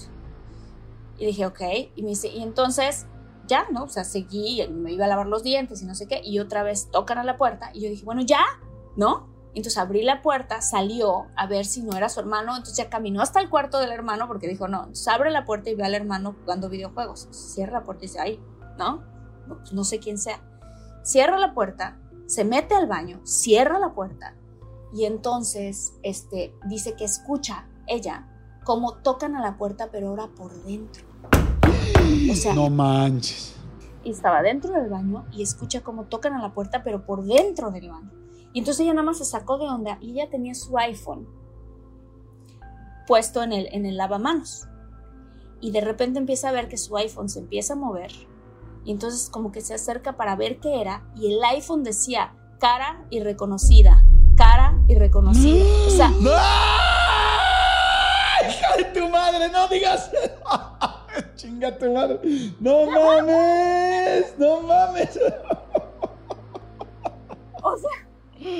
Y dije, ok. Y me dice, y entonces ya, ¿no? O sea, seguí, me iba a lavar los dientes y no sé qué. Y otra vez tocan a la puerta. Y yo dije, bueno, ya, ¿no? Entonces abrí la puerta, salió a ver si no era su hermano. Entonces ya caminó hasta el cuarto del hermano porque dijo, no. Entonces abre la puerta y ve al hermano jugando videojuegos. Entonces cierra la puerta y dice, ay, ¿no? Pues no sé quién sea. Cierra la puerta, se mete al baño, cierra la puerta. Y entonces dice que escucha ella cómo tocan a la puerta, pero ahora por dentro. O sea, no manches. Y estaba dentro del baño y escucha cómo tocan a la puerta, pero por dentro del baño. Y entonces ella nada más se sacó de onda y ella tenía su iPhone puesto en el lavamanos. Y de repente empieza a ver que su iPhone se empieza a mover. Y entonces como que se acerca para ver qué era. Y el iPhone decía, cara irreconocida, cara irreconocida. O sea... ¡Hija de tu madre! ¡No digas! ¡Chinga tu madre! ¡No mames! ¡No mames! O sea,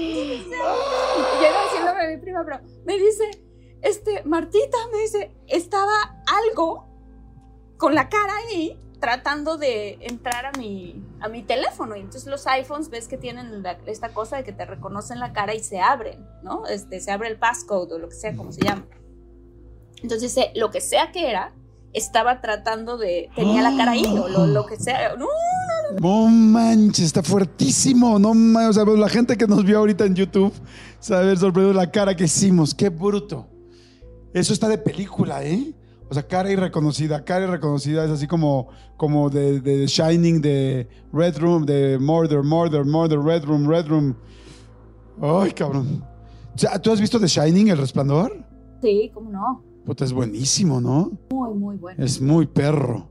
llega diciéndome a mi prima, pero me dice, Martita, me dice, estaba algo con la cara ahí tratando de entrar a mi teléfono. Y entonces los iPhones, ves que tienen esta cosa de que te reconocen la cara y se abren, ¿no? Se abre el passcode o lo que sea, como se llama. Entonces dice, lo que sea que era, estaba tratando tenía la cara ahí, o lo que sea. No manches, está fuertísimo. No manches, o sea, la gente que nos vio ahorita en YouTube se va a ver sorprendido la cara que hicimos. Qué bruto. Eso está de película, ¿eh? O sea, cara irreconocida es así como de Shining, de Red Room, de Murder, Red Room. Ay, cabrón. O sea, ¿tú has visto The Shining, El Resplandor? Sí, ¿cómo no? Puta, es buenísimo, ¿no? Muy, muy bueno. Es muy perro.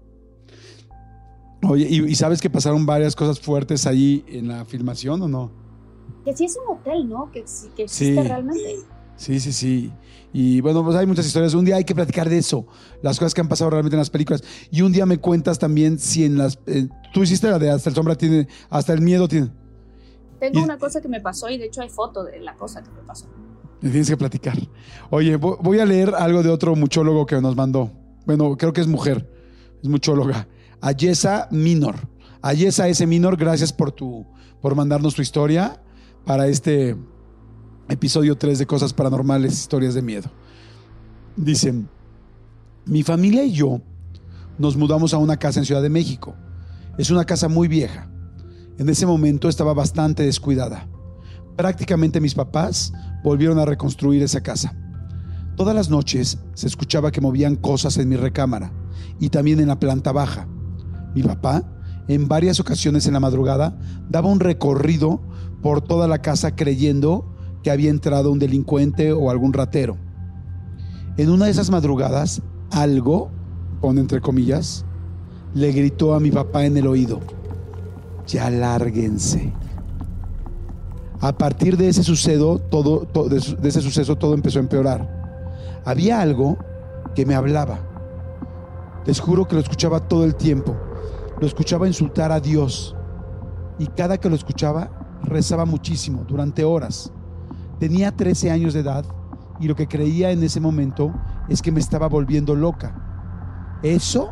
Oye, ¿y sabes que pasaron varias cosas fuertes ahí en la filmación o no? Que sí es un hotel, ¿no? Que existe realmente. Sí. Y bueno, pues hay muchas historias. Un día hay que platicar de eso, las cosas que han pasado realmente en las películas. Y un día me cuentas también si en las... tú hiciste la de Hasta el Sombra tiene... Hasta el Miedo tiene... Tengo una cosa que me pasó y de hecho hay foto de la cosa que me pasó. Me tienes que platicar. Oye, voy a leer algo de otro muchólogo que nos mandó. Bueno, creo que es mujer. Es muchóloga. Ayesa Minor. Ayesa S. Minor, gracias por mandarnos tu historia para este episodio 3 de Cosas Paranormales, Historias de Miedo. Dicen, mi familia y yo nos mudamos a una casa en Ciudad de México. Es una casa muy vieja. En ese momento estaba bastante descuidada. Prácticamente mis papás volvieron a reconstruir esa casa. Todas las noches se escuchaba que movían cosas en mi recámara y también en la planta baja. Mi papá, en varias ocasiones en la madrugada, daba un recorrido por toda la casa creyendo que había entrado un delincuente o algún ratero. En una de esas madrugadas, algo, pone entre comillas, le gritó a mi papá en el oído: ya lárguense. A partir de ese suceso, todo empezó a empeorar. Había algo que me hablaba. Les juro que lo escuchaba todo el tiempo. Lo escuchaba insultar a Dios. Y cada que lo escuchaba, rezaba muchísimo, durante horas. Tenía 13 años de edad y lo que creía en ese momento es que me estaba volviendo loca. Eso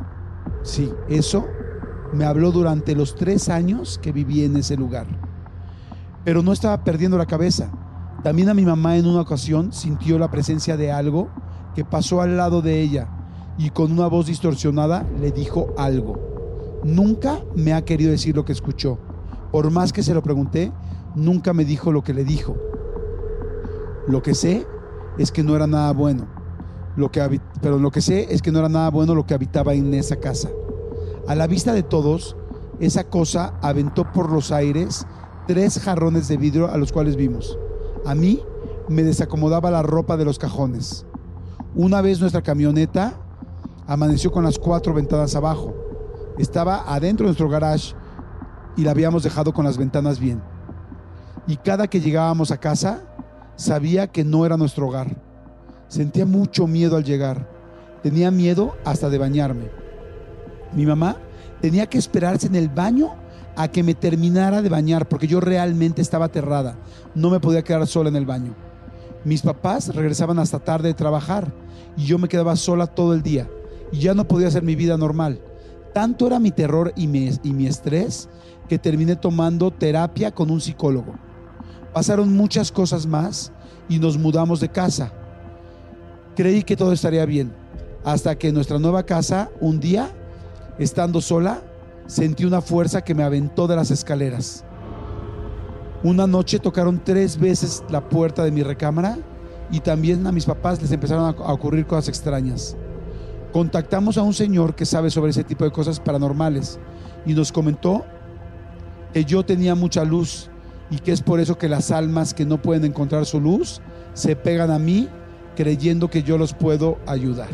me habló durante los 3 años que viví en ese lugar. Pero no estaba perdiendo la cabeza. También a mi mamá en una ocasión sintió la presencia de algo que pasó al lado de ella y con una voz distorsionada le dijo algo. Nunca me ha querido decir lo que escuchó. Por más que se lo pregunté, nunca me dijo lo que le dijo. Lo que sé es que no era nada bueno. Pero lo que sé es que no era nada bueno lo que habitaba en esa casa. A la vista de todos, esa cosa aventó por los aires 3 jarrones de vidrio a los cuales vimos. A mí me desacomodaba la ropa de los cajones. Una vez nuestra camioneta amaneció con las 4 ventanas abajo. Estaba adentro de nuestro garage y la habíamos dejado con las ventanas bien. Y cada que llegábamos a casa, sabía que no era nuestro hogar. Sentía mucho miedo al llegar. Tenía miedo hasta de bañarme. Mi mamá tenía que esperarse en el baño a que me terminara de bañar porque yo realmente estaba aterrada. No me podía quedar sola en el baño. Mis papás regresaban hasta tarde de trabajar y yo me quedaba sola todo el día y ya no podía hacer mi vida normal. Tanto era mi terror y mi estrés que terminé tomando terapia con un psicólogo. Pasaron muchas cosas más y nos mudamos de casa. Creí que todo estaría bien, hasta que en nuestra nueva casa, un día, estando sola, sentí una fuerza que me aventó de las escaleras. Una noche tocaron 3 veces la puerta de mi recámara y también a mis papás les empezaron a ocurrir cosas extrañas. Contactamos a un señor que sabe sobre ese tipo de cosas paranormales y nos comentó que yo tenía mucha luz y que es por eso que las almas que no pueden encontrar su luz se pegan a mí creyendo que yo los puedo ayudar.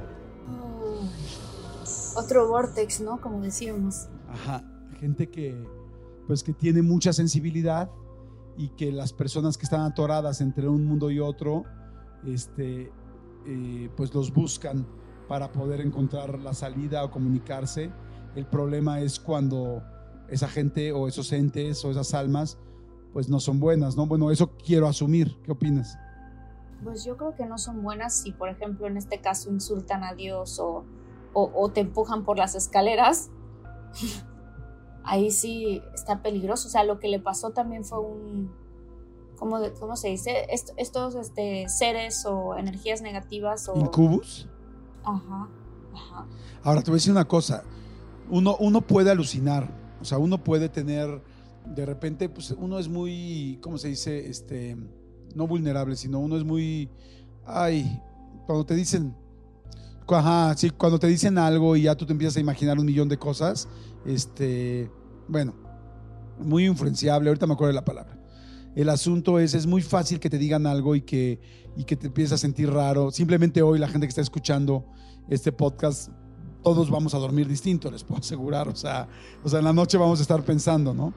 Otro vortex, ¿no? Como decíamos. Ajá, gente que tiene mucha sensibilidad y que las personas que están atoradas entre un mundo y otro, pues los buscan para poder encontrar la salida o comunicarse. El problema es cuando esa gente o esos entes o esas almas pues no son buenas, ¿no? Bueno, eso quiero asumir. ¿Qué opinas? Pues yo creo que no son buenas si, por ejemplo, en este caso insultan a Dios o te empujan por las escaleras. Ahí sí está peligroso. O sea, lo que le pasó también fue ¿cómo se dice? Estos seres o energías negativas o... ¿Incubus? Ajá. Ahora te voy a decir una cosa. Uno puede alucinar. O sea, uno puede tener... De repente, pues uno es muy... ¿Cómo se dice? No vulnerable, sino uno es muy... cuando te dicen... sí, cuando te dicen algo y ya tú te empiezas a imaginar 1,000,000 de cosas, bueno, muy influenciable, ahorita me acuerdo de la palabra. El asunto es muy fácil que te digan algo y que te empieces a sentir raro. Simplemente hoy la gente que está escuchando este podcast, todos vamos a dormir distinto, les puedo asegurar. O sea, en la noche vamos a estar pensando, ¿no?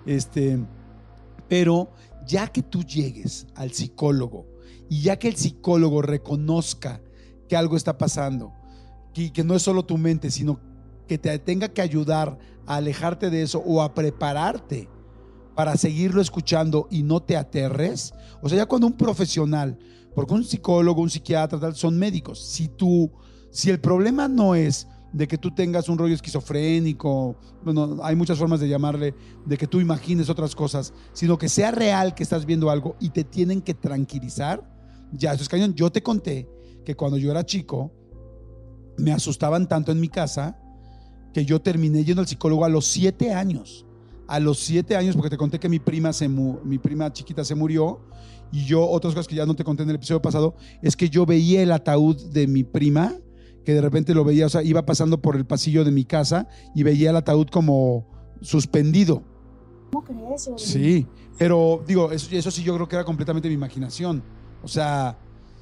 Pero ya que tú llegues al psicólogo y ya que el psicólogo reconozca que algo está pasando, que no es solo tu mente, sino que te tenga que ayudar a alejarte de eso o a prepararte para seguirlo escuchando y no te aterres. O sea, ya cuando un profesional, porque un psicólogo, un psiquiatra, tal, son médicos. Si el problema no es de que tú tengas un rollo esquizofrénico, bueno, hay muchas formas de llamarle, de que tú imagines otras cosas, sino que sea real que estás viendo algo y te tienen que tranquilizar, ya eso es cañón. Yo te conté que cuando yo era chico me asustaban tanto en mi casa que yo terminé yendo al psicólogo a los 7 años. A los 7 años, porque te conté que mi prima chiquita se murió, y yo, otras cosas que ya no te conté en el episodio pasado, es que yo veía el ataúd de mi prima, que de repente lo veía, o sea, iba pasando por el pasillo de mi casa y veía el ataúd como suspendido. ¿Cómo crees, Jordi? Sí, pero digo, eso sí yo creo que era completamente mi imaginación. O sea,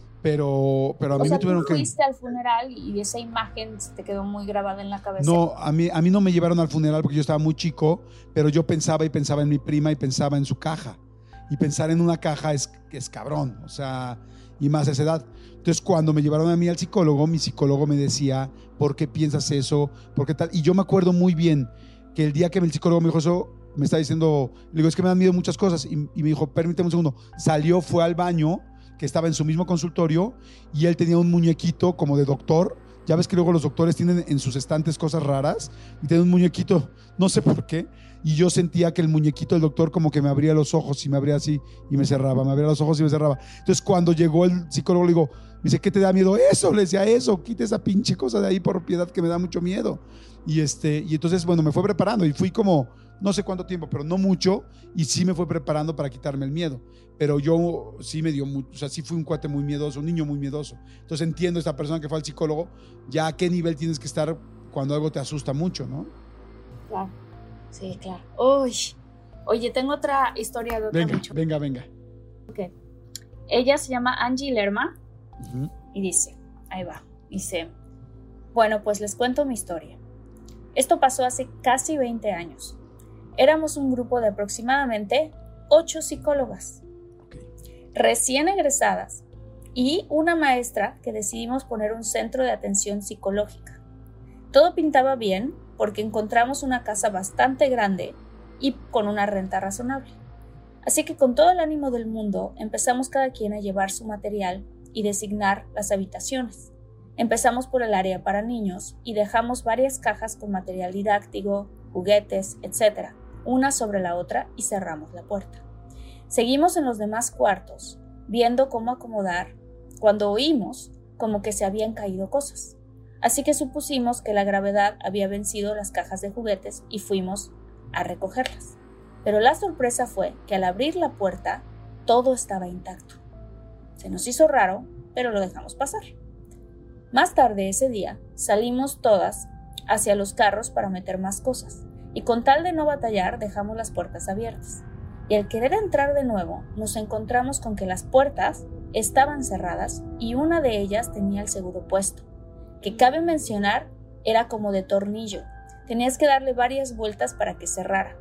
pero a mí me tuvieron tú que... fuiste al funeral y esa imagen te quedó muy grabada en la cabeza. No, a mí no me llevaron al funeral porque yo estaba muy chico, pero yo pensaba en mi prima y pensaba en su caja. Y pensar en una caja es cabrón, o sea, y más a esa edad. Entonces, cuando me llevaron a mí al psicólogo, mi psicólogo me decía, ¿por qué piensas eso? ¿Por qué tal? Y yo me acuerdo muy bien que el día que el psicólogo me dijo eso, me estaba diciendo, le digo, es que me dan miedo muchas cosas. Y me dijo, permíteme un segundo. Salió, fue al baño, que estaba en su mismo consultorio, y él tenía un muñequito como de doctor. Ya ves que luego los doctores tienen en sus estantes cosas raras, y tenía un muñequito, no sé por qué, y yo sentía que el muñequito del doctor como que me abría los ojos y me abría así y me cerraba, me abría los ojos y me cerraba. Entonces cuando llegó el psicólogo le digo, me dice, ¿qué te da miedo? Eso, le decía, eso, quita esa pinche cosa de ahí por piedad que me da mucho miedo. Y entonces, bueno, me fue preparando y fui como, no sé cuánto tiempo, pero no mucho, y sí me fue preparando para quitarme el miedo. Pero yo sí me dio mucho, o sea, sí fui un cuate muy miedoso, un niño muy miedoso. Entonces entiendo esta persona que fue al psicólogo, ya a qué nivel tienes que estar cuando algo te asusta mucho, ¿no? Claro, sí, claro. Uy. Oye, tengo otra historia de otra mucho. Venga. Okay. Ella se llama Angie Lerma. Uh-huh. Y dice, ahí va, dice, bueno, pues les cuento mi historia. Esto pasó hace casi 20 años. Éramos un grupo de aproximadamente 8 psicólogas, recién egresadas, y una maestra que decidimos poner un centro de atención psicológica. Todo pintaba bien porque encontramos una casa bastante grande y con una renta razonable. Así que con todo el ánimo del mundo empezamos cada quien a llevar su material y designar las habitaciones. Empezamos por el área para niños y dejamos varias cajas con material didáctico, juguetes, etc., una sobre la otra, y cerramos la puerta. Seguimos en los demás cuartos, viendo cómo acomodar, cuando oímos como que se habían caído cosas. Así que supusimos que la gravedad había vencido las cajas de juguetes y fuimos a recogerlas. Pero la sorpresa fue que al abrir la puerta, todo estaba intacto. Se nos hizo raro, pero lo dejamos pasar. Más tarde ese día, salimos todas hacia los carros para meter más cosas, y con tal de no batallar, dejamos las puertas abiertas. Y al querer entrar de nuevo, nos encontramos con que las puertas estaban cerradas y una de ellas tenía el seguro puesto, que cabe mencionar era como de tornillo. Tenías que darle varias vueltas para que cerrara.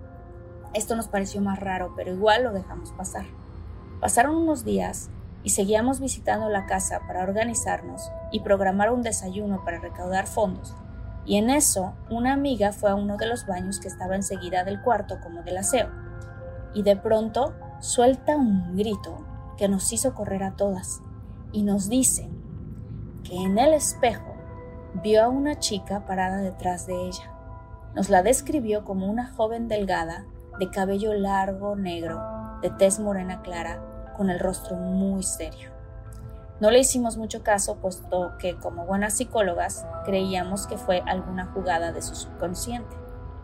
Esto nos pareció más raro, pero igual lo dejamos pasar. Pasaron unos días y seguíamos visitando la casa para organizarnos y programar un desayuno para recaudar fondos. Y en eso, una amiga fue a uno de los baños que estaba enseguida del cuarto como del aseo. Y de pronto suelta un grito que nos hizo correr a todas y nos dice que en el espejo vio a una chica parada detrás de ella. Nos la describió como una joven delgada, de cabello largo, negro, de tez morena clara, con el rostro muy serio. No le hicimos mucho caso, puesto que, como buenas psicólogas, creíamos que fue alguna jugada de su subconsciente.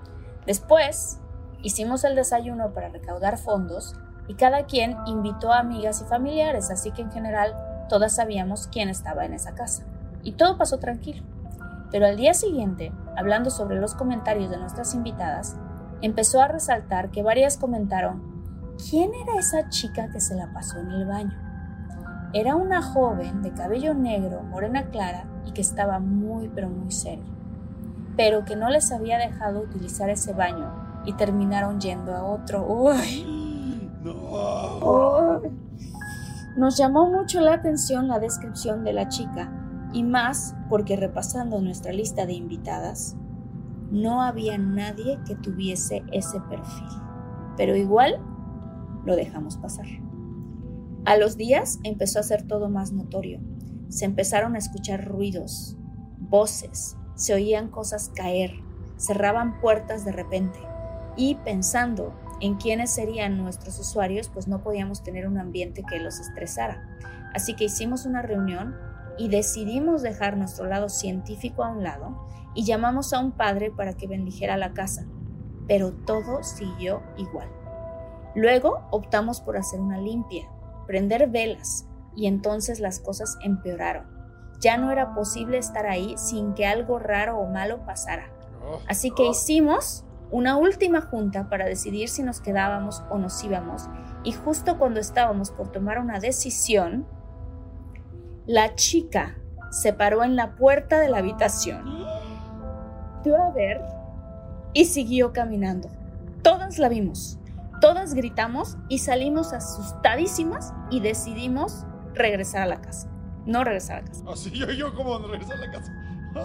Después, hicimos el desayuno para recaudar fondos y cada quien invitó a amigas y familiares, así que en general todas sabíamos quién estaba en esa casa. Y todo pasó tranquilo. Pero al día siguiente, hablando sobre los comentarios de nuestras invitadas, empezó a resaltar que varias comentaron: ¿quién era esa chica que se la pasó en el baño? Era una joven de cabello negro, morena clara y que estaba muy pero muy seria, pero que no les había dejado utilizar ese baño y terminaron yendo a otro. ¡Uy! No. ¡Uy! Nos llamó mucho la atención la descripción de la chica, y más porque repasando nuestra lista de invitadas, no había nadie que tuviese ese perfil, pero igual lo dejamos pasar. A los días empezó a ser todo más notorio. Se empezaron a escuchar ruidos, voces, se oían cosas caer, cerraban puertas de repente. Y pensando en quiénes serían nuestros usuarios, pues no podíamos tener un ambiente que los estresara. Así que hicimos una reunión y decidimos dejar nuestro lado científico a un lado y llamamos a un padre para que bendijera la casa. Pero todo siguió igual. Luego optamos por hacer una limpia, prender velas, y entonces las cosas empeoraron. Ya no era posible estar ahí sin que algo raro o malo pasara. Así que hicimos una última junta para decidir si nos quedábamos o nos íbamos, y justo cuando estábamos por tomar una decisión, la chica se paró en la puerta de la habitación, dio a ver y siguió caminando. Todas la vimos, todas gritamos y salimos asustadísimas y decidimos regresar a la casa. No regresar a la casa. Así yo como regresar a la casa.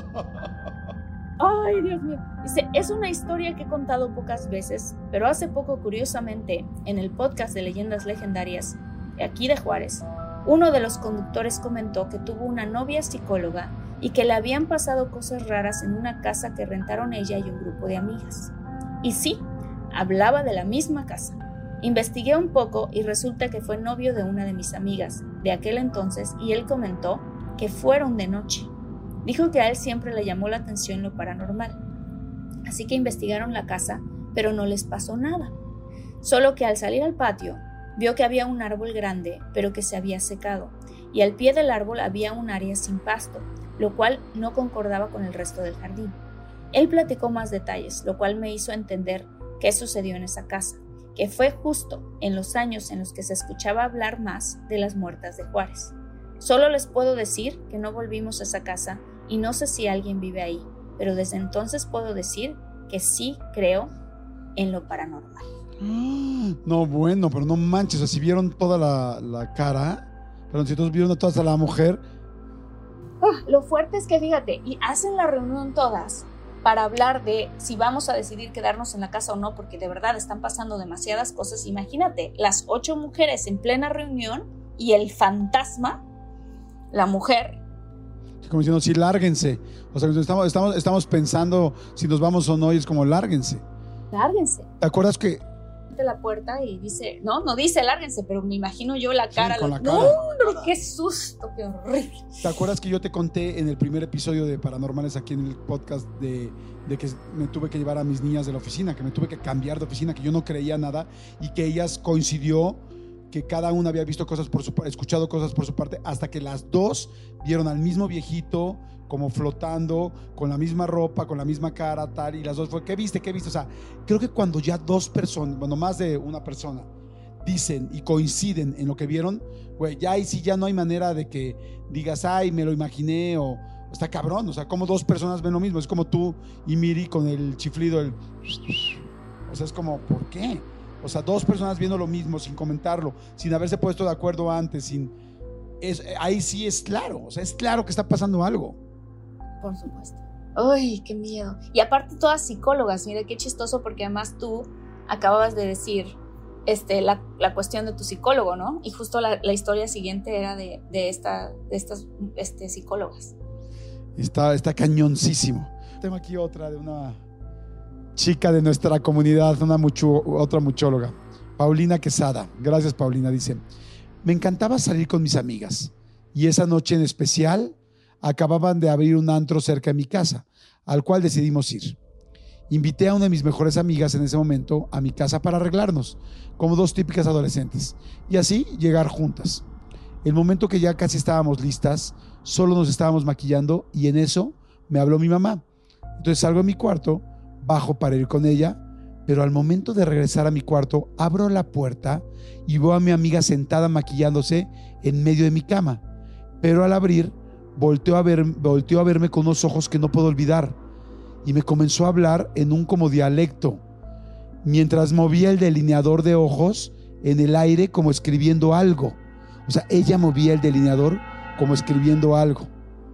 Ay, Dios mío. Dice, es una historia que he contado pocas veces, pero hace poco, curiosamente, en el podcast de Leyendas Legendarias, aquí de Juárez, uno de los conductores comentó que tuvo una novia psicóloga y que le habían pasado cosas raras en una casa que rentaron ella y un grupo de amigas. Y sí, hablaba de la misma casa. Investigué un poco y resulta que fue novio de una de mis amigas de aquel entonces y él comentó que fueron de noche. Dijo que a él siempre le llamó la atención lo paranormal. Así que investigaron la casa, pero no les pasó nada. Solo que al salir al patio, vio que había un árbol grande, pero que se había secado, y al pie del árbol había un área sin pasto, lo cual no concordaba con el resto del jardín. Él platicó más detalles, lo cual me hizo entender qué sucedió en esa casa, que fue justo en los años en los que se escuchaba hablar más de las muertas de Juárez. Solo les puedo decir que no volvimos a esa casa y no sé si alguien vive ahí, pero desde entonces puedo decir que sí creo en lo paranormal. No, bueno, pero no manches, o sea, si vieron toda la cara, pero si todos vieron a toda la mujer. Lo fuerte es que fíjate, y hacen la reunión todas para hablar de si vamos a decidir quedarnos en la casa o no, porque de verdad están pasando demasiadas cosas. Imagínate, las 8 mujeres en plena reunión y el fantasma, la mujer. Como diciendo, sí, lárguense. O sea, estamos pensando si nos vamos o no y es como, lárguense. Lárguense. ¿Te acuerdas que de la puerta y dice, no dice lárguense, pero me imagino yo la cara. Sí, con la cara. No, qué susto, qué horrible. ¿Te acuerdas que yo te conté en el primer episodio de Paranormales aquí en el podcast de que me tuve que llevar a mis niñas de la oficina, que me tuve que cambiar de oficina, que yo no creía nada y que ellas coincidió que cada una había visto cosas escuchado cosas por su parte, hasta que las dos vieron al mismo viejito como flotando, con la misma ropa, con la misma cara, tal, y las dos fue, ¿qué viste? O sea, creo que cuando ya dos personas, bueno, más de una persona, dicen y coinciden en lo que vieron, güey, ya ahí sí ya no hay manera de que digas, ay, me lo imaginé, o está cabrón, o sea, como dos personas ven lo mismo, es como tú y Miri con el chiflido, o sea, es como, ¿por qué? O sea, dos personas viendo lo mismo, sin comentarlo, sin haberse puesto de acuerdo antes, ahí sí es claro, o sea, es claro que está pasando algo. Por supuesto. Ay, qué miedo. Y aparte todas psicólogas, mira qué chistoso, porque además tú acababas de decir la cuestión de tu psicólogo, ¿no? Y justo la historia siguiente era de estas psicólogas. Está cañoncísimo. Tengo aquí otra de una chica de nuestra comunidad, otra muchóloga, Paulina Quesada. Gracias, Paulina. Dice, me encantaba salir con mis amigas y esa noche en especial acababan de abrir un antro cerca de mi casa, al cual decidimos ir. Invité a una de mis mejores amigas en ese momento a mi casa para arreglarnos, como dos típicas adolescentes, y así llegar juntas. El momento que ya casi estábamos listas, solo nos estábamos maquillando y en eso me habló mi mamá. Entonces salgo de mi cuarto, bajo para ir con ella, pero al momento de regresar a mi cuarto, abro la puerta y veo a mi amiga sentada maquillándose en medio de mi cama. Pero al abrir, volteó a verme con unos ojos que no puedo olvidar y me comenzó a hablar en un como dialecto, mientras movía el delineador de ojos en el aire como escribiendo algo. O sea, ella movía el delineador como escribiendo algo.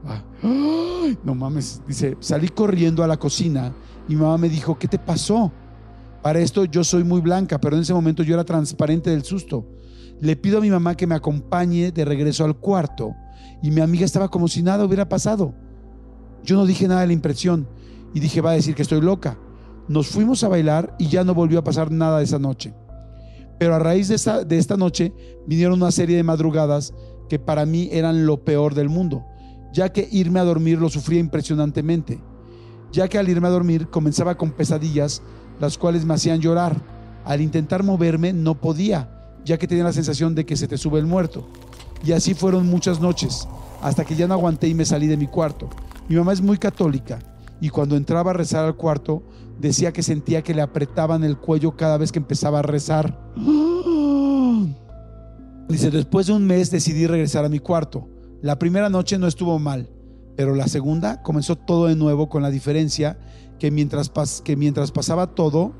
Ay, no mames. Dice, salí corriendo a la cocina y mi mamá me dijo, ¿qué te pasó? Para esto yo soy muy blanca, pero en ese momento yo era transparente del susto. Le pido a mi mamá que me acompañe de regreso al cuarto y mi amiga estaba como si nada hubiera pasado. Yo no dije nada de la impresión y dije, va a decir que estoy loca. Nos fuimos a bailar y ya no volvió a pasar nada de esa noche. Pero a raíz de esta noche vinieron una serie de madrugadas que para mí eran lo peor del mundo, ya que irme a dormir lo sufría impresionantemente, ya que al irme a dormir comenzaba con pesadillas, las cuales me hacían llorar. Al intentar moverme no podía, ya que tenía la sensación de que se te sube el muerto. Y así fueron muchas noches, hasta que ya no aguanté y me salí de mi cuarto. Mi mamá es muy católica y cuando entraba a rezar al cuarto decía que sentía que le apretaban el cuello cada vez que empezaba a rezar. Dice, después de un mes decidí regresar a mi cuarto. La primera noche no estuvo mal, pero la segunda comenzó todo de nuevo, con la diferencia que mientras pasaba todo,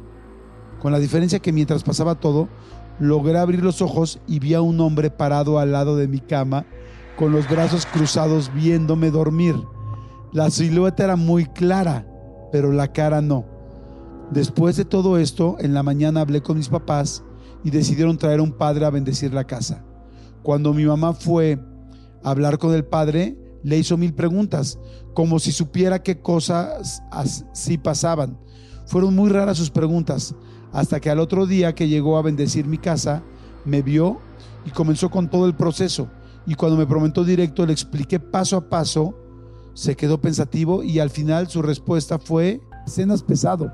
logré abrir los ojos y vi a un hombre parado al lado de mi cama, con los brazos cruzados viéndome dormir. La silueta era muy clara, pero la cara no. Después de todo esto, en la mañana hablé con mis papás y decidieron traer a un padre a bendecir la casa. Cuando mi mamá fue a hablar con el padre, le hizo 1000 preguntas, como si supiera qué cosas así pasaban. Fueron muy raras sus preguntas, hasta que al otro día que llegó a bendecir mi casa, me vio y comenzó con todo el proceso. Y cuando me prometió directo, le expliqué paso a paso. Se quedó pensativo y al final su respuesta fue: cenas pesado,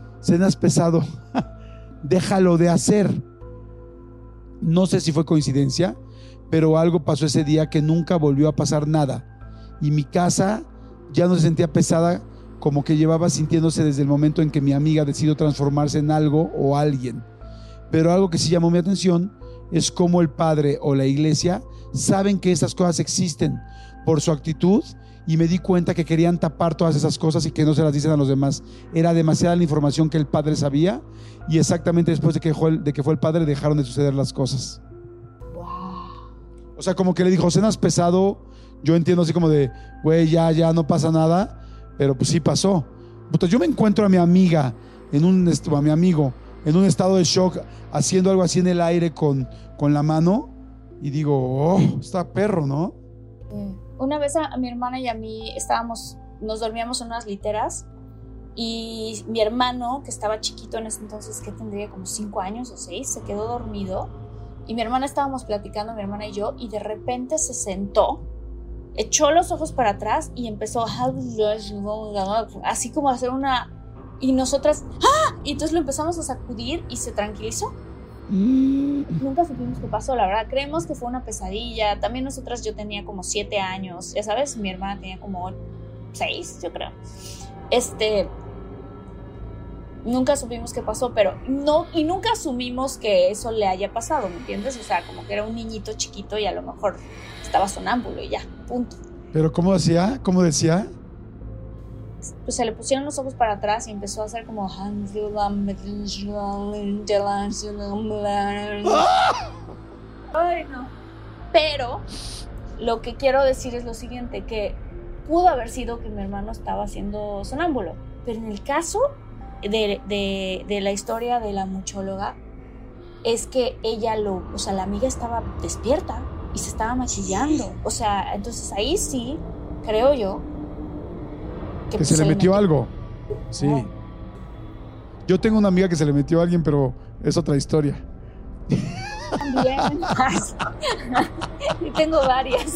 déjalo de hacer. No sé si fue coincidencia, pero algo pasó ese día que nunca volvió a pasar nada, y mi casa ya no se sentía pesada, como que llevaba sintiéndose desde el momento en que mi amiga decidió transformarse en algo o alguien. Pero algo que sí llamó mi atención es cómo el padre o la iglesia saben que esas cosas existen por su actitud, y me di cuenta que querían tapar todas esas cosas y que no se las dicen a los demás. Era demasiada la información que el padre sabía, y exactamente después de que fue el padre, dejaron de suceder las cosas. O sea, como que le dijo, cenas pesado. Yo entiendo así como de, güey, ya no pasa nada, pero pues sí pasó. Entonces yo me encuentro a mi amiga a mi amigo en un estado de shock, haciendo algo así en el aire con la mano, y digo, oh, está perro, ¿no? Una vez a mi hermana y a mí nos dormíamos en unas literas, y mi hermano, que estaba chiquito en ese entonces, que tendría como 5 años o 6, se quedó dormido, y mi hermana estábamos platicando, mi hermana y yo, y de repente se sentó, echó los ojos para atrás y empezó así como a hacer una, y nosotras y entonces lo empezamos a sacudir y se tranquilizó. Nunca supimos qué pasó, la verdad. Creemos que fue una pesadilla. También nosotras, yo tenía como 7 años, ya sabes, mi hermana tenía como 6, yo creo. Nunca supimos qué pasó, pero no, y nunca asumimos que eso le haya pasado, ¿me entiendes? O sea, como que era un niñito chiquito y a lo mejor estaba sonámbulo y ya, punto. ¿Pero cómo decía? Pues se le pusieron los ojos para atrás y empezó a hacer como ay, no. Pero lo que quiero decir es lo siguiente, que pudo haber sido que mi hermano estaba haciendo sonámbulo, pero en el caso de la historia de la muchóloga es que ella la amiga estaba despierta y se estaba maquillando, o sea, entonces ahí sí creo yo que se le metió algo. Sí. Yo tengo una amiga que se le metió a alguien, pero es otra historia. También. Y tengo varias.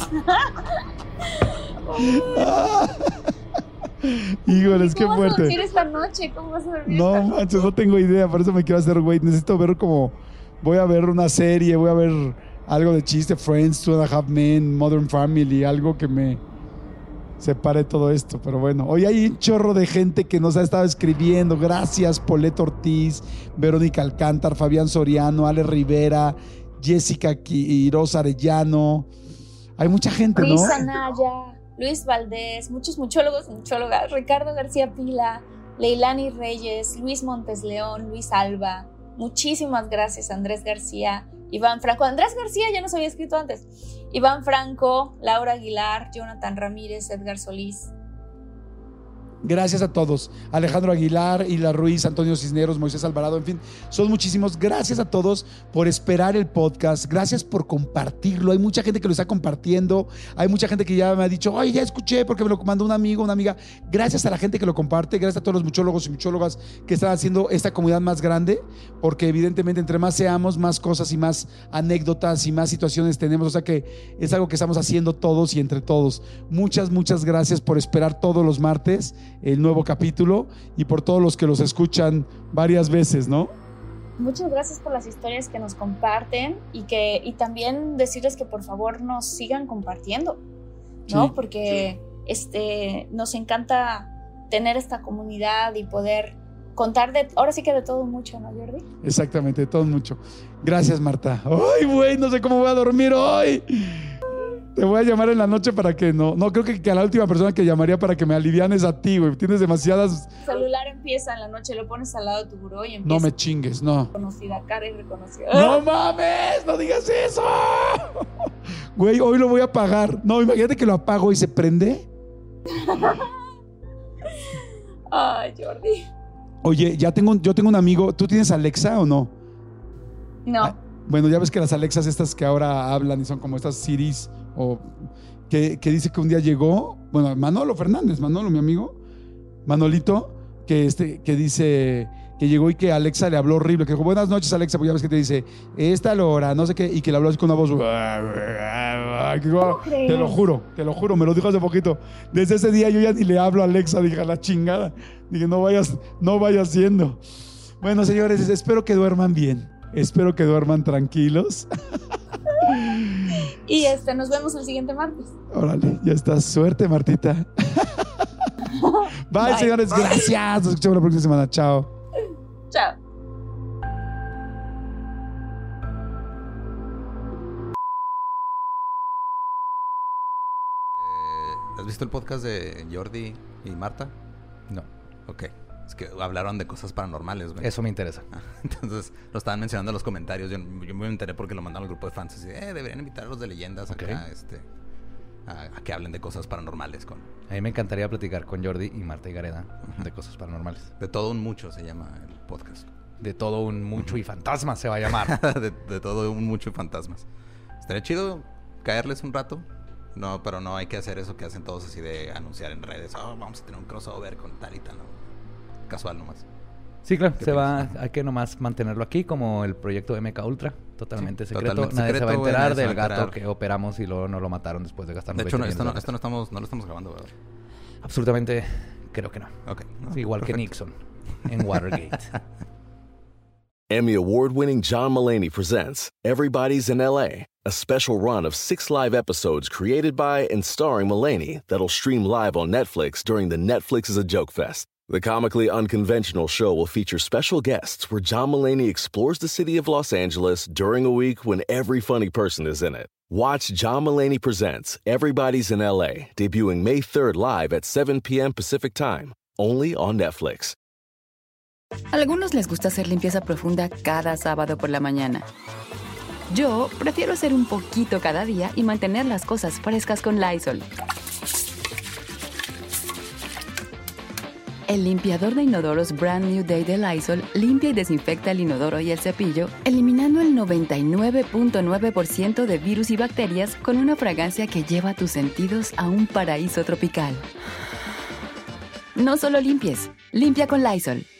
Híjole, es que fuerte. ¿Cómo vas a dormir esta noche? ¿Cómo vas a dormir No esta noche? manches, no tengo idea. Por eso me quiero hacer güey. Necesito ver voy a ver una serie, voy a ver algo de chiste, Friends, Two and a Half Men, Modern Family, algo que me separe todo esto. Pero bueno, hoy hay un chorro de gente que nos ha estado escribiendo. Gracias, Poleto Ortiz, Verónica Alcántar, Fabián Soriano, Ale Rivera, Jessica Quiroz Arellano. Hay mucha gente, ¿no? Luis Anaya, Luis Valdés, muchos muchólogos y muchólogas, Ricardo García Pila, Leilani Reyes, Luis Montes León, Luis Alba. Muchísimas gracias, Andrés García, Iván Franco. Andrés García ya nos había escrito antes. Iván Franco, Laura Aguilar, Jonathan Ramírez, Edgar Solís. Gracias a todos. Alejandro Aguilar, Hila Ruiz, Antonio Cisneros, Moisés Alvarado, en fin, son muchísimos. Gracias a todos por esperar el podcast. Gracias por compartirlo. Hay mucha gente que lo está compartiendo. Hay mucha gente que ya me ha dicho, ay, ya escuché porque me lo mandó un amigo, una amiga. Gracias a la gente que lo comparte. Gracias a todos los muchólogos y muchólogas que están haciendo esta comunidad más grande, porque evidentemente entre más seamos, más cosas y más anécdotas y más situaciones tenemos. O sea que es algo que estamos haciendo todos y entre todos. Muchas gracias por esperar todos los martes el nuevo capítulo y por todos los que los escuchan varias veces, ¿no? Muchas gracias por las historias que nos comparten y también decirles que por favor nos sigan compartiendo, ¿no? Sí, porque nos encanta tener esta comunidad y poder contar ahora sí que de todo mucho, ¿no, Jordi? Exactamente, de todo mucho. Gracias, Marta. Ay, güey, no sé cómo voy a dormir hoy. Te voy a llamar en la noche para que no creo que a la última persona que llamaría para que me alivianes a ti, güey. Tienes demasiadas... El celular empieza en la noche, lo pones al lado de tu buró y empieza. No me chingues, no. Reconocida, cara irreconocida. ¡No mames! ¡No digas eso! Güey, hoy lo voy a apagar. No, imagínate que lo apago y se prende. Ay, Jordi. Oye, yo tengo un amigo. ¿Tú tienes Alexa o no? No. Bueno, ya ves que las Alexas estas que ahora hablan y son como estas Siris o que dice que un día llegó, bueno, Manolo Fernández, mi amigo, Manolito, que dice que llegó y que Alexa le habló horrible, que dijo, buenas noches, Alexa, pues ya ves que te dice, esta hora, no sé qué, y que le habló así con una voz, te lo juro, me lo dijo hace poquito. Desde ese día yo ya ni le hablo a Alexa, dije, a la chingada, dije, no vayas siendo. Bueno, señores, espero que duerman bien, espero que duerman tranquilos. Y nos vemos el siguiente martes. Órale, ya está. Suerte, Martita. Bye, señores. Gracias. Nos escuchamos la próxima semana. Chao. Chao. ¿Has visto el podcast de Jordi y Marta? No. Ok. Es que hablaron de cosas paranormales, güey. Eso me interesa. Entonces lo estaban mencionando en los comentarios. Yo me enteré porque lo mandaron al grupo de fans. Así, deberían invitar a los de leyendas acá, a que hablen de cosas paranormales. A mí me encantaría platicar con Jordi y Marta y Gareda de cosas paranormales. De todo un mucho se llama el podcast. De todo un mucho y fantasmas se va a llamar. de todo un mucho y fantasmas. Estaría chido caerles un rato. No, pero no hay que hacer eso que hacen todos así de anunciar en redes. Vamos a tener un crossover con tal y tal, ¿no? Casual nomás. Sí, claro, hay que nomás mantenerlo aquí como el proyecto MK Ultra, totalmente secreto. Totalmente nadie secreto, se va a enterar güey, del gato que operamos y luego no lo mataron después de gastar. De hecho, esto no lo estamos grabando, ¿verdad? Absolutamente creo que no. Okay, no, igual perfecto. Que Nixon en Watergate. Emmy Award-winning John Mulaney presents Everybody's in L.A., a special run of 6 live episodes created by and starring Mulaney that'll stream live on Netflix during the Netflix is a Joke Fest. The comically unconventional show will feature special guests where John Mulaney explores the city of Los Angeles during a week when every funny person is in it. Watch John Mulaney Presents Everybody's in L.A., debuting May 3rd live at 7 p.m. Pacific Time, only on Netflix. A algunos les gusta hacer limpieza profunda cada sábado por la mañana. Yo prefiero hacer un poquito cada día y mantener las cosas frescas con Lysol. El limpiador de inodoros Brand New Day de Lysol limpia y desinfecta el inodoro y el cepillo, eliminando el 99.9% de virus y bacterias con una fragancia que lleva tus sentidos a un paraíso tropical. No solo limpies, limpia con Lysol.